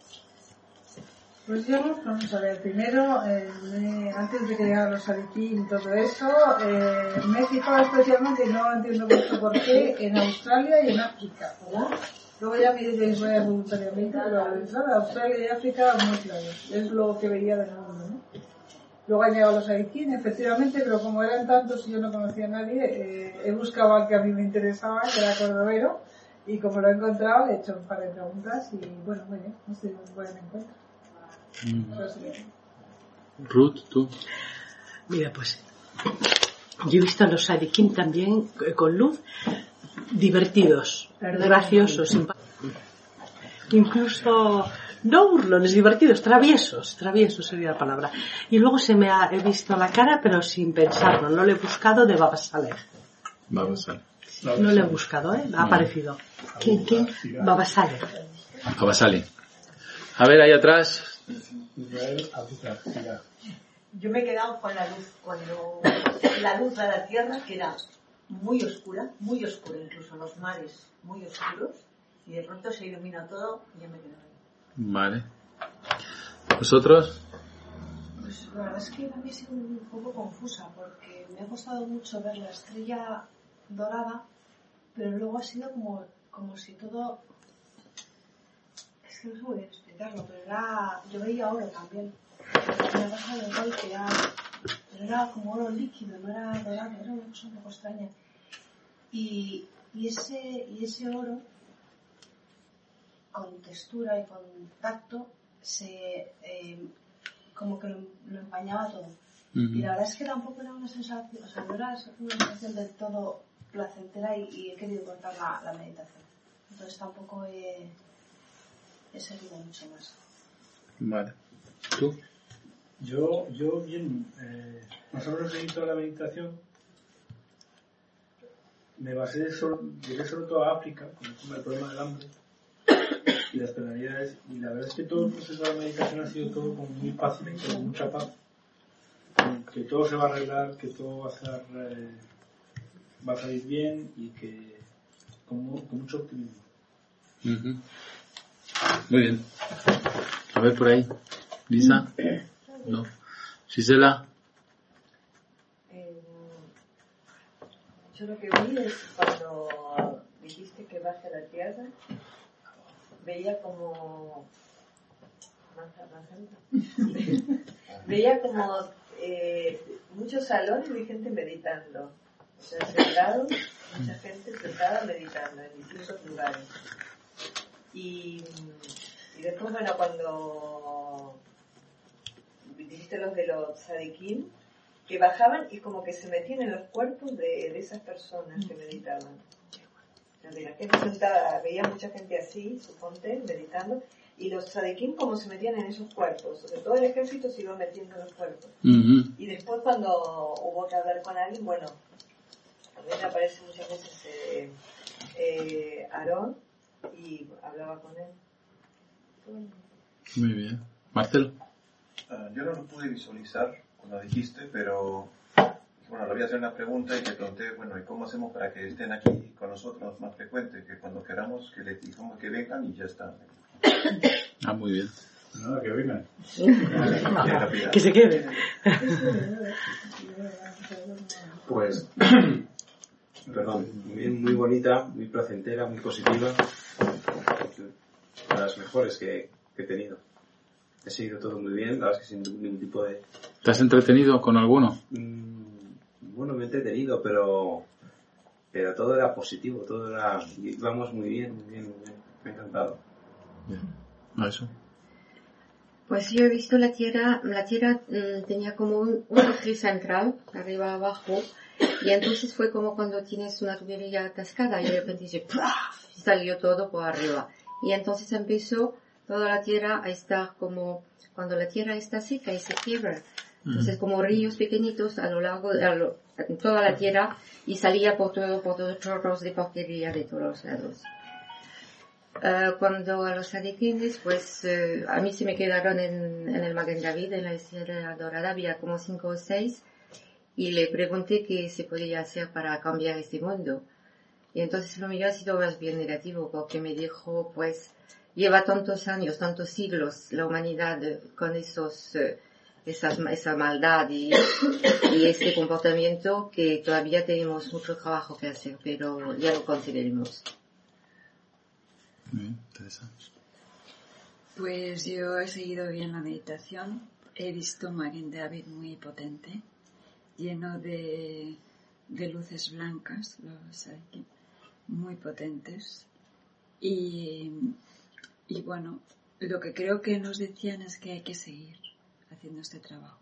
Pues yo, vamos a ver, primero, antes de que llegaran los sadiquín y todo eso, me he fijado especialmente, y no entiendo mucho por qué, en Australia y en África, ¿verdad? Luego ya me iré a Israel voluntariamente, pero Australia y África muy claros, es lo que veía del mundo, ¿no? Luego han llegado los sadiquín, efectivamente, pero como eran tantos y yo no conocía a nadie, he buscado al que a mí me interesaba, que era cordobero, y como lo he encontrado, le he hecho un par de preguntas y bueno, muy bien, ha sido un buen encuentro. Ruth, tú. Mira, pues yo he visto a los sadiquín también con luz, divertidos, graciosos, simpáticos, incluso no burlones, divertidos, traviesos sería la palabra. Y luego he visto la cara, pero sin pensarlo, no lo he buscado, de Baba Saleh. Baba Saleh. No lo he buscado, ha aparecido. ¿Quién? Baba Saleh. Baba Saleh. A ver, ahí atrás. Yo me he quedado con la luz, cuando la luz de la tierra, que era muy oscura, incluso los mares muy oscuros, y de pronto se ilumina todo y ya me quedo ahí. Vale. ¿Vosotros? Pues la verdad es que a mí ha sido un poco confusa, porque me ha costado mucho ver la estrella dorada, pero luego ha sido como si todo... Es que no sé muy bien explicarlo, pero yo veía oro también. Me ha pasado igual que era como oro líquido, no era dorado, era una cosa un poco extraña. Y ese oro, con textura y con tacto, como que lo empañaba todo. Y la verdad es que tampoco era una sensación, o sea, no era una sensación del todo placentera y he querido cortar la meditación. Entonces tampoco he seguido mucho más. Vale. ¿Tú? Yo bien, más o menos he toda la meditación. Me basé llegué sobre todo a África, con el problema del hambre. y las penalidades, y la verdad es que todo el proceso de la meditación ha sido todo como muy fácil y con mucha paz, que todo se va a arreglar, que todo va a salir bien y que con mucho optimismo. Muy bien. A ver por ahí. Lisa. No. Gisela. Yo lo que vi es cuando dijiste que baje a la tierra, veía como veía como muchos salones de gente meditando, o sea, sentados, mucha gente sentada meditando en distintos lugares. Y después, bueno, cuando dijiste los de los tzadikim, que bajaban y como que se metían en los cuerpos de esas personas que meditaban. De la gente sentada, veía mucha gente así, suponte, meditando, y los tzadikim como se metían en esos cuerpos. O sea, todo el ejército se iba metiendo en los cuerpos. Y después cuando hubo que hablar con alguien, bueno, también aparece muchas veces Aarón y hablaba con él. Muy bien. Marcelo. Yo no lo pude visualizar cuando dijiste, pero bueno, le voy a hacer una pregunta y te pregunté, bueno, ¿y cómo hacemos para que estén aquí con nosotros más frecuente? Que cuando queramos que les digamos que vengan y ya está. Muy bien. Nada, que vengan. Que se queden. Pues, perdón, muy bonita, muy placentera, muy positiva. De las mejores que he tenido. He seguido todo muy bien, la verdad es que sin ningún tipo de... ¿Te has entretenido con alguno? Bueno, me he entretenido, pero todo era positivo, todo era... Íbamos muy bien. Me ha encantado. Bien. Eso. Pues yo he visto la tierra tenía como un eje central, arriba abajo, y entonces fue como cuando tienes una tubería atascada y de repente y salió todo por arriba. Y entonces empezó toda la tierra a estar como, cuando la tierra está seca y se quiebra. Entonces como ríos pequeñitos a lo largo de toda la tierra y salía por todos chorros de porquería de todos los lados. Cuando a los tzadikines, pues a mí se me quedaron en el Maguen David, en la Estrella Dorada, había como 5 o 6 y le pregunté qué se podía hacer para cambiar este mundo. Y entonces lo mío ha sido más bien negativo porque me dijo, pues lleva tantos años, tantos siglos la humanidad con esa maldad y este comportamiento que todavía tenemos mucho trabajo que hacer, pero ya lo conseguiremos. Bien, interesante. Pues yo he seguido bien la meditación, he visto Maguen David muy potente, lleno de luces blancas, muy potentes, y bueno, lo que creo que nos decían es que hay que seguir haciendo este trabajo,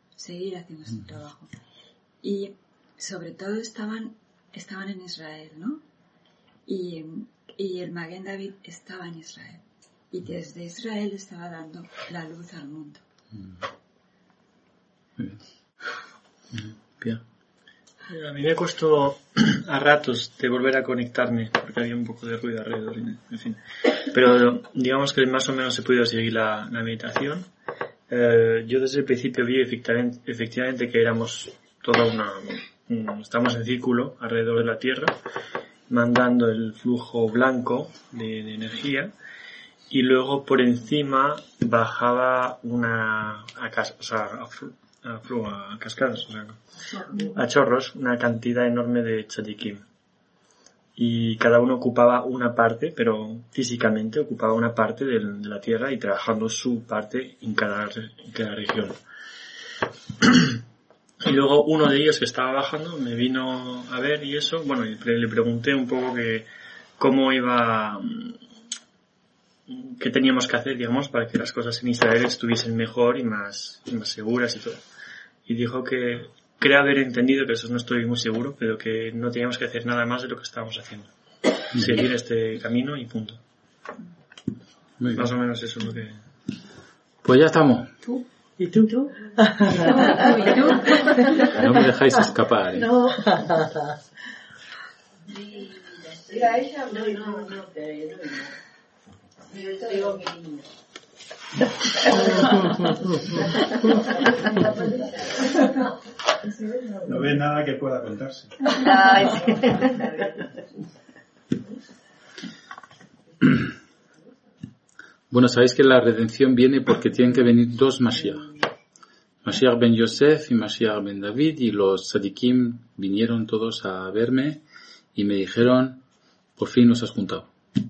y sobre todo estaban en Israel, ¿no? Y el Maguen David estaba en Israel. Y desde Israel estaba dando la luz al mundo. Muy bien. A mí me costó a ratos de volver a conectarme, porque había un poco de ruido alrededor, en fin. Pero digamos que más o menos he podido seguir la meditación. Yo desde el principio vi efectivamente que éramos estamos en círculo alrededor de la Tierra, mandando el flujo blanco de energía, y luego por encima bajaba a cascadas, a chorros, una cantidad enorme de tzadikim. Y cada uno ocupaba una parte, pero físicamente ocupaba una parte de la Tierra y trabajando su parte en cada región. Y luego uno de ellos que estaba bajando me vino a ver y eso, bueno, y le pregunté un poco qué teníamos que hacer, digamos, para que las cosas en Israel estuviesen mejor y más seguras y todo. Y dijo que creo haber entendido, que eso no estoy muy seguro, pero que no teníamos que hacer nada más de lo que estábamos haciendo. Seguir este camino y punto. Más o menos eso es lo que... Pues ya estamos. ¿Tú? ¿Y tú? No me dejáis escapar, ¿eh? No. Mira, ella Digo mi niño. No ve nada que pueda contarse. Bueno, sabéis que la redención viene porque tienen que venir dos Mashiach. Mashiach ben Yosef y Mashiach ben David, y los tzadikim vinieron todos a verme y me dijeron, por fin nos has juntado.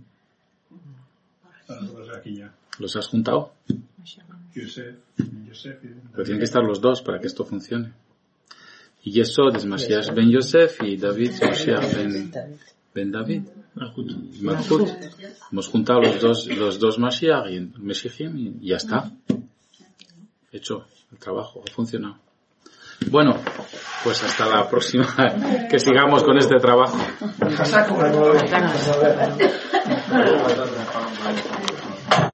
Aquí ya. ¿Los has juntado? Yosef Pero tienen que estar los dos para que esto funcione. Y Yesod es Mashiach ben Yosef y David es Mashiach ben David. Malchut. Hemos juntado los dos Mashiach y Meshichim y ya está. Hecho el trabajo, ha funcionado. Bueno, pues hasta la próxima, que sigamos con este trabajo.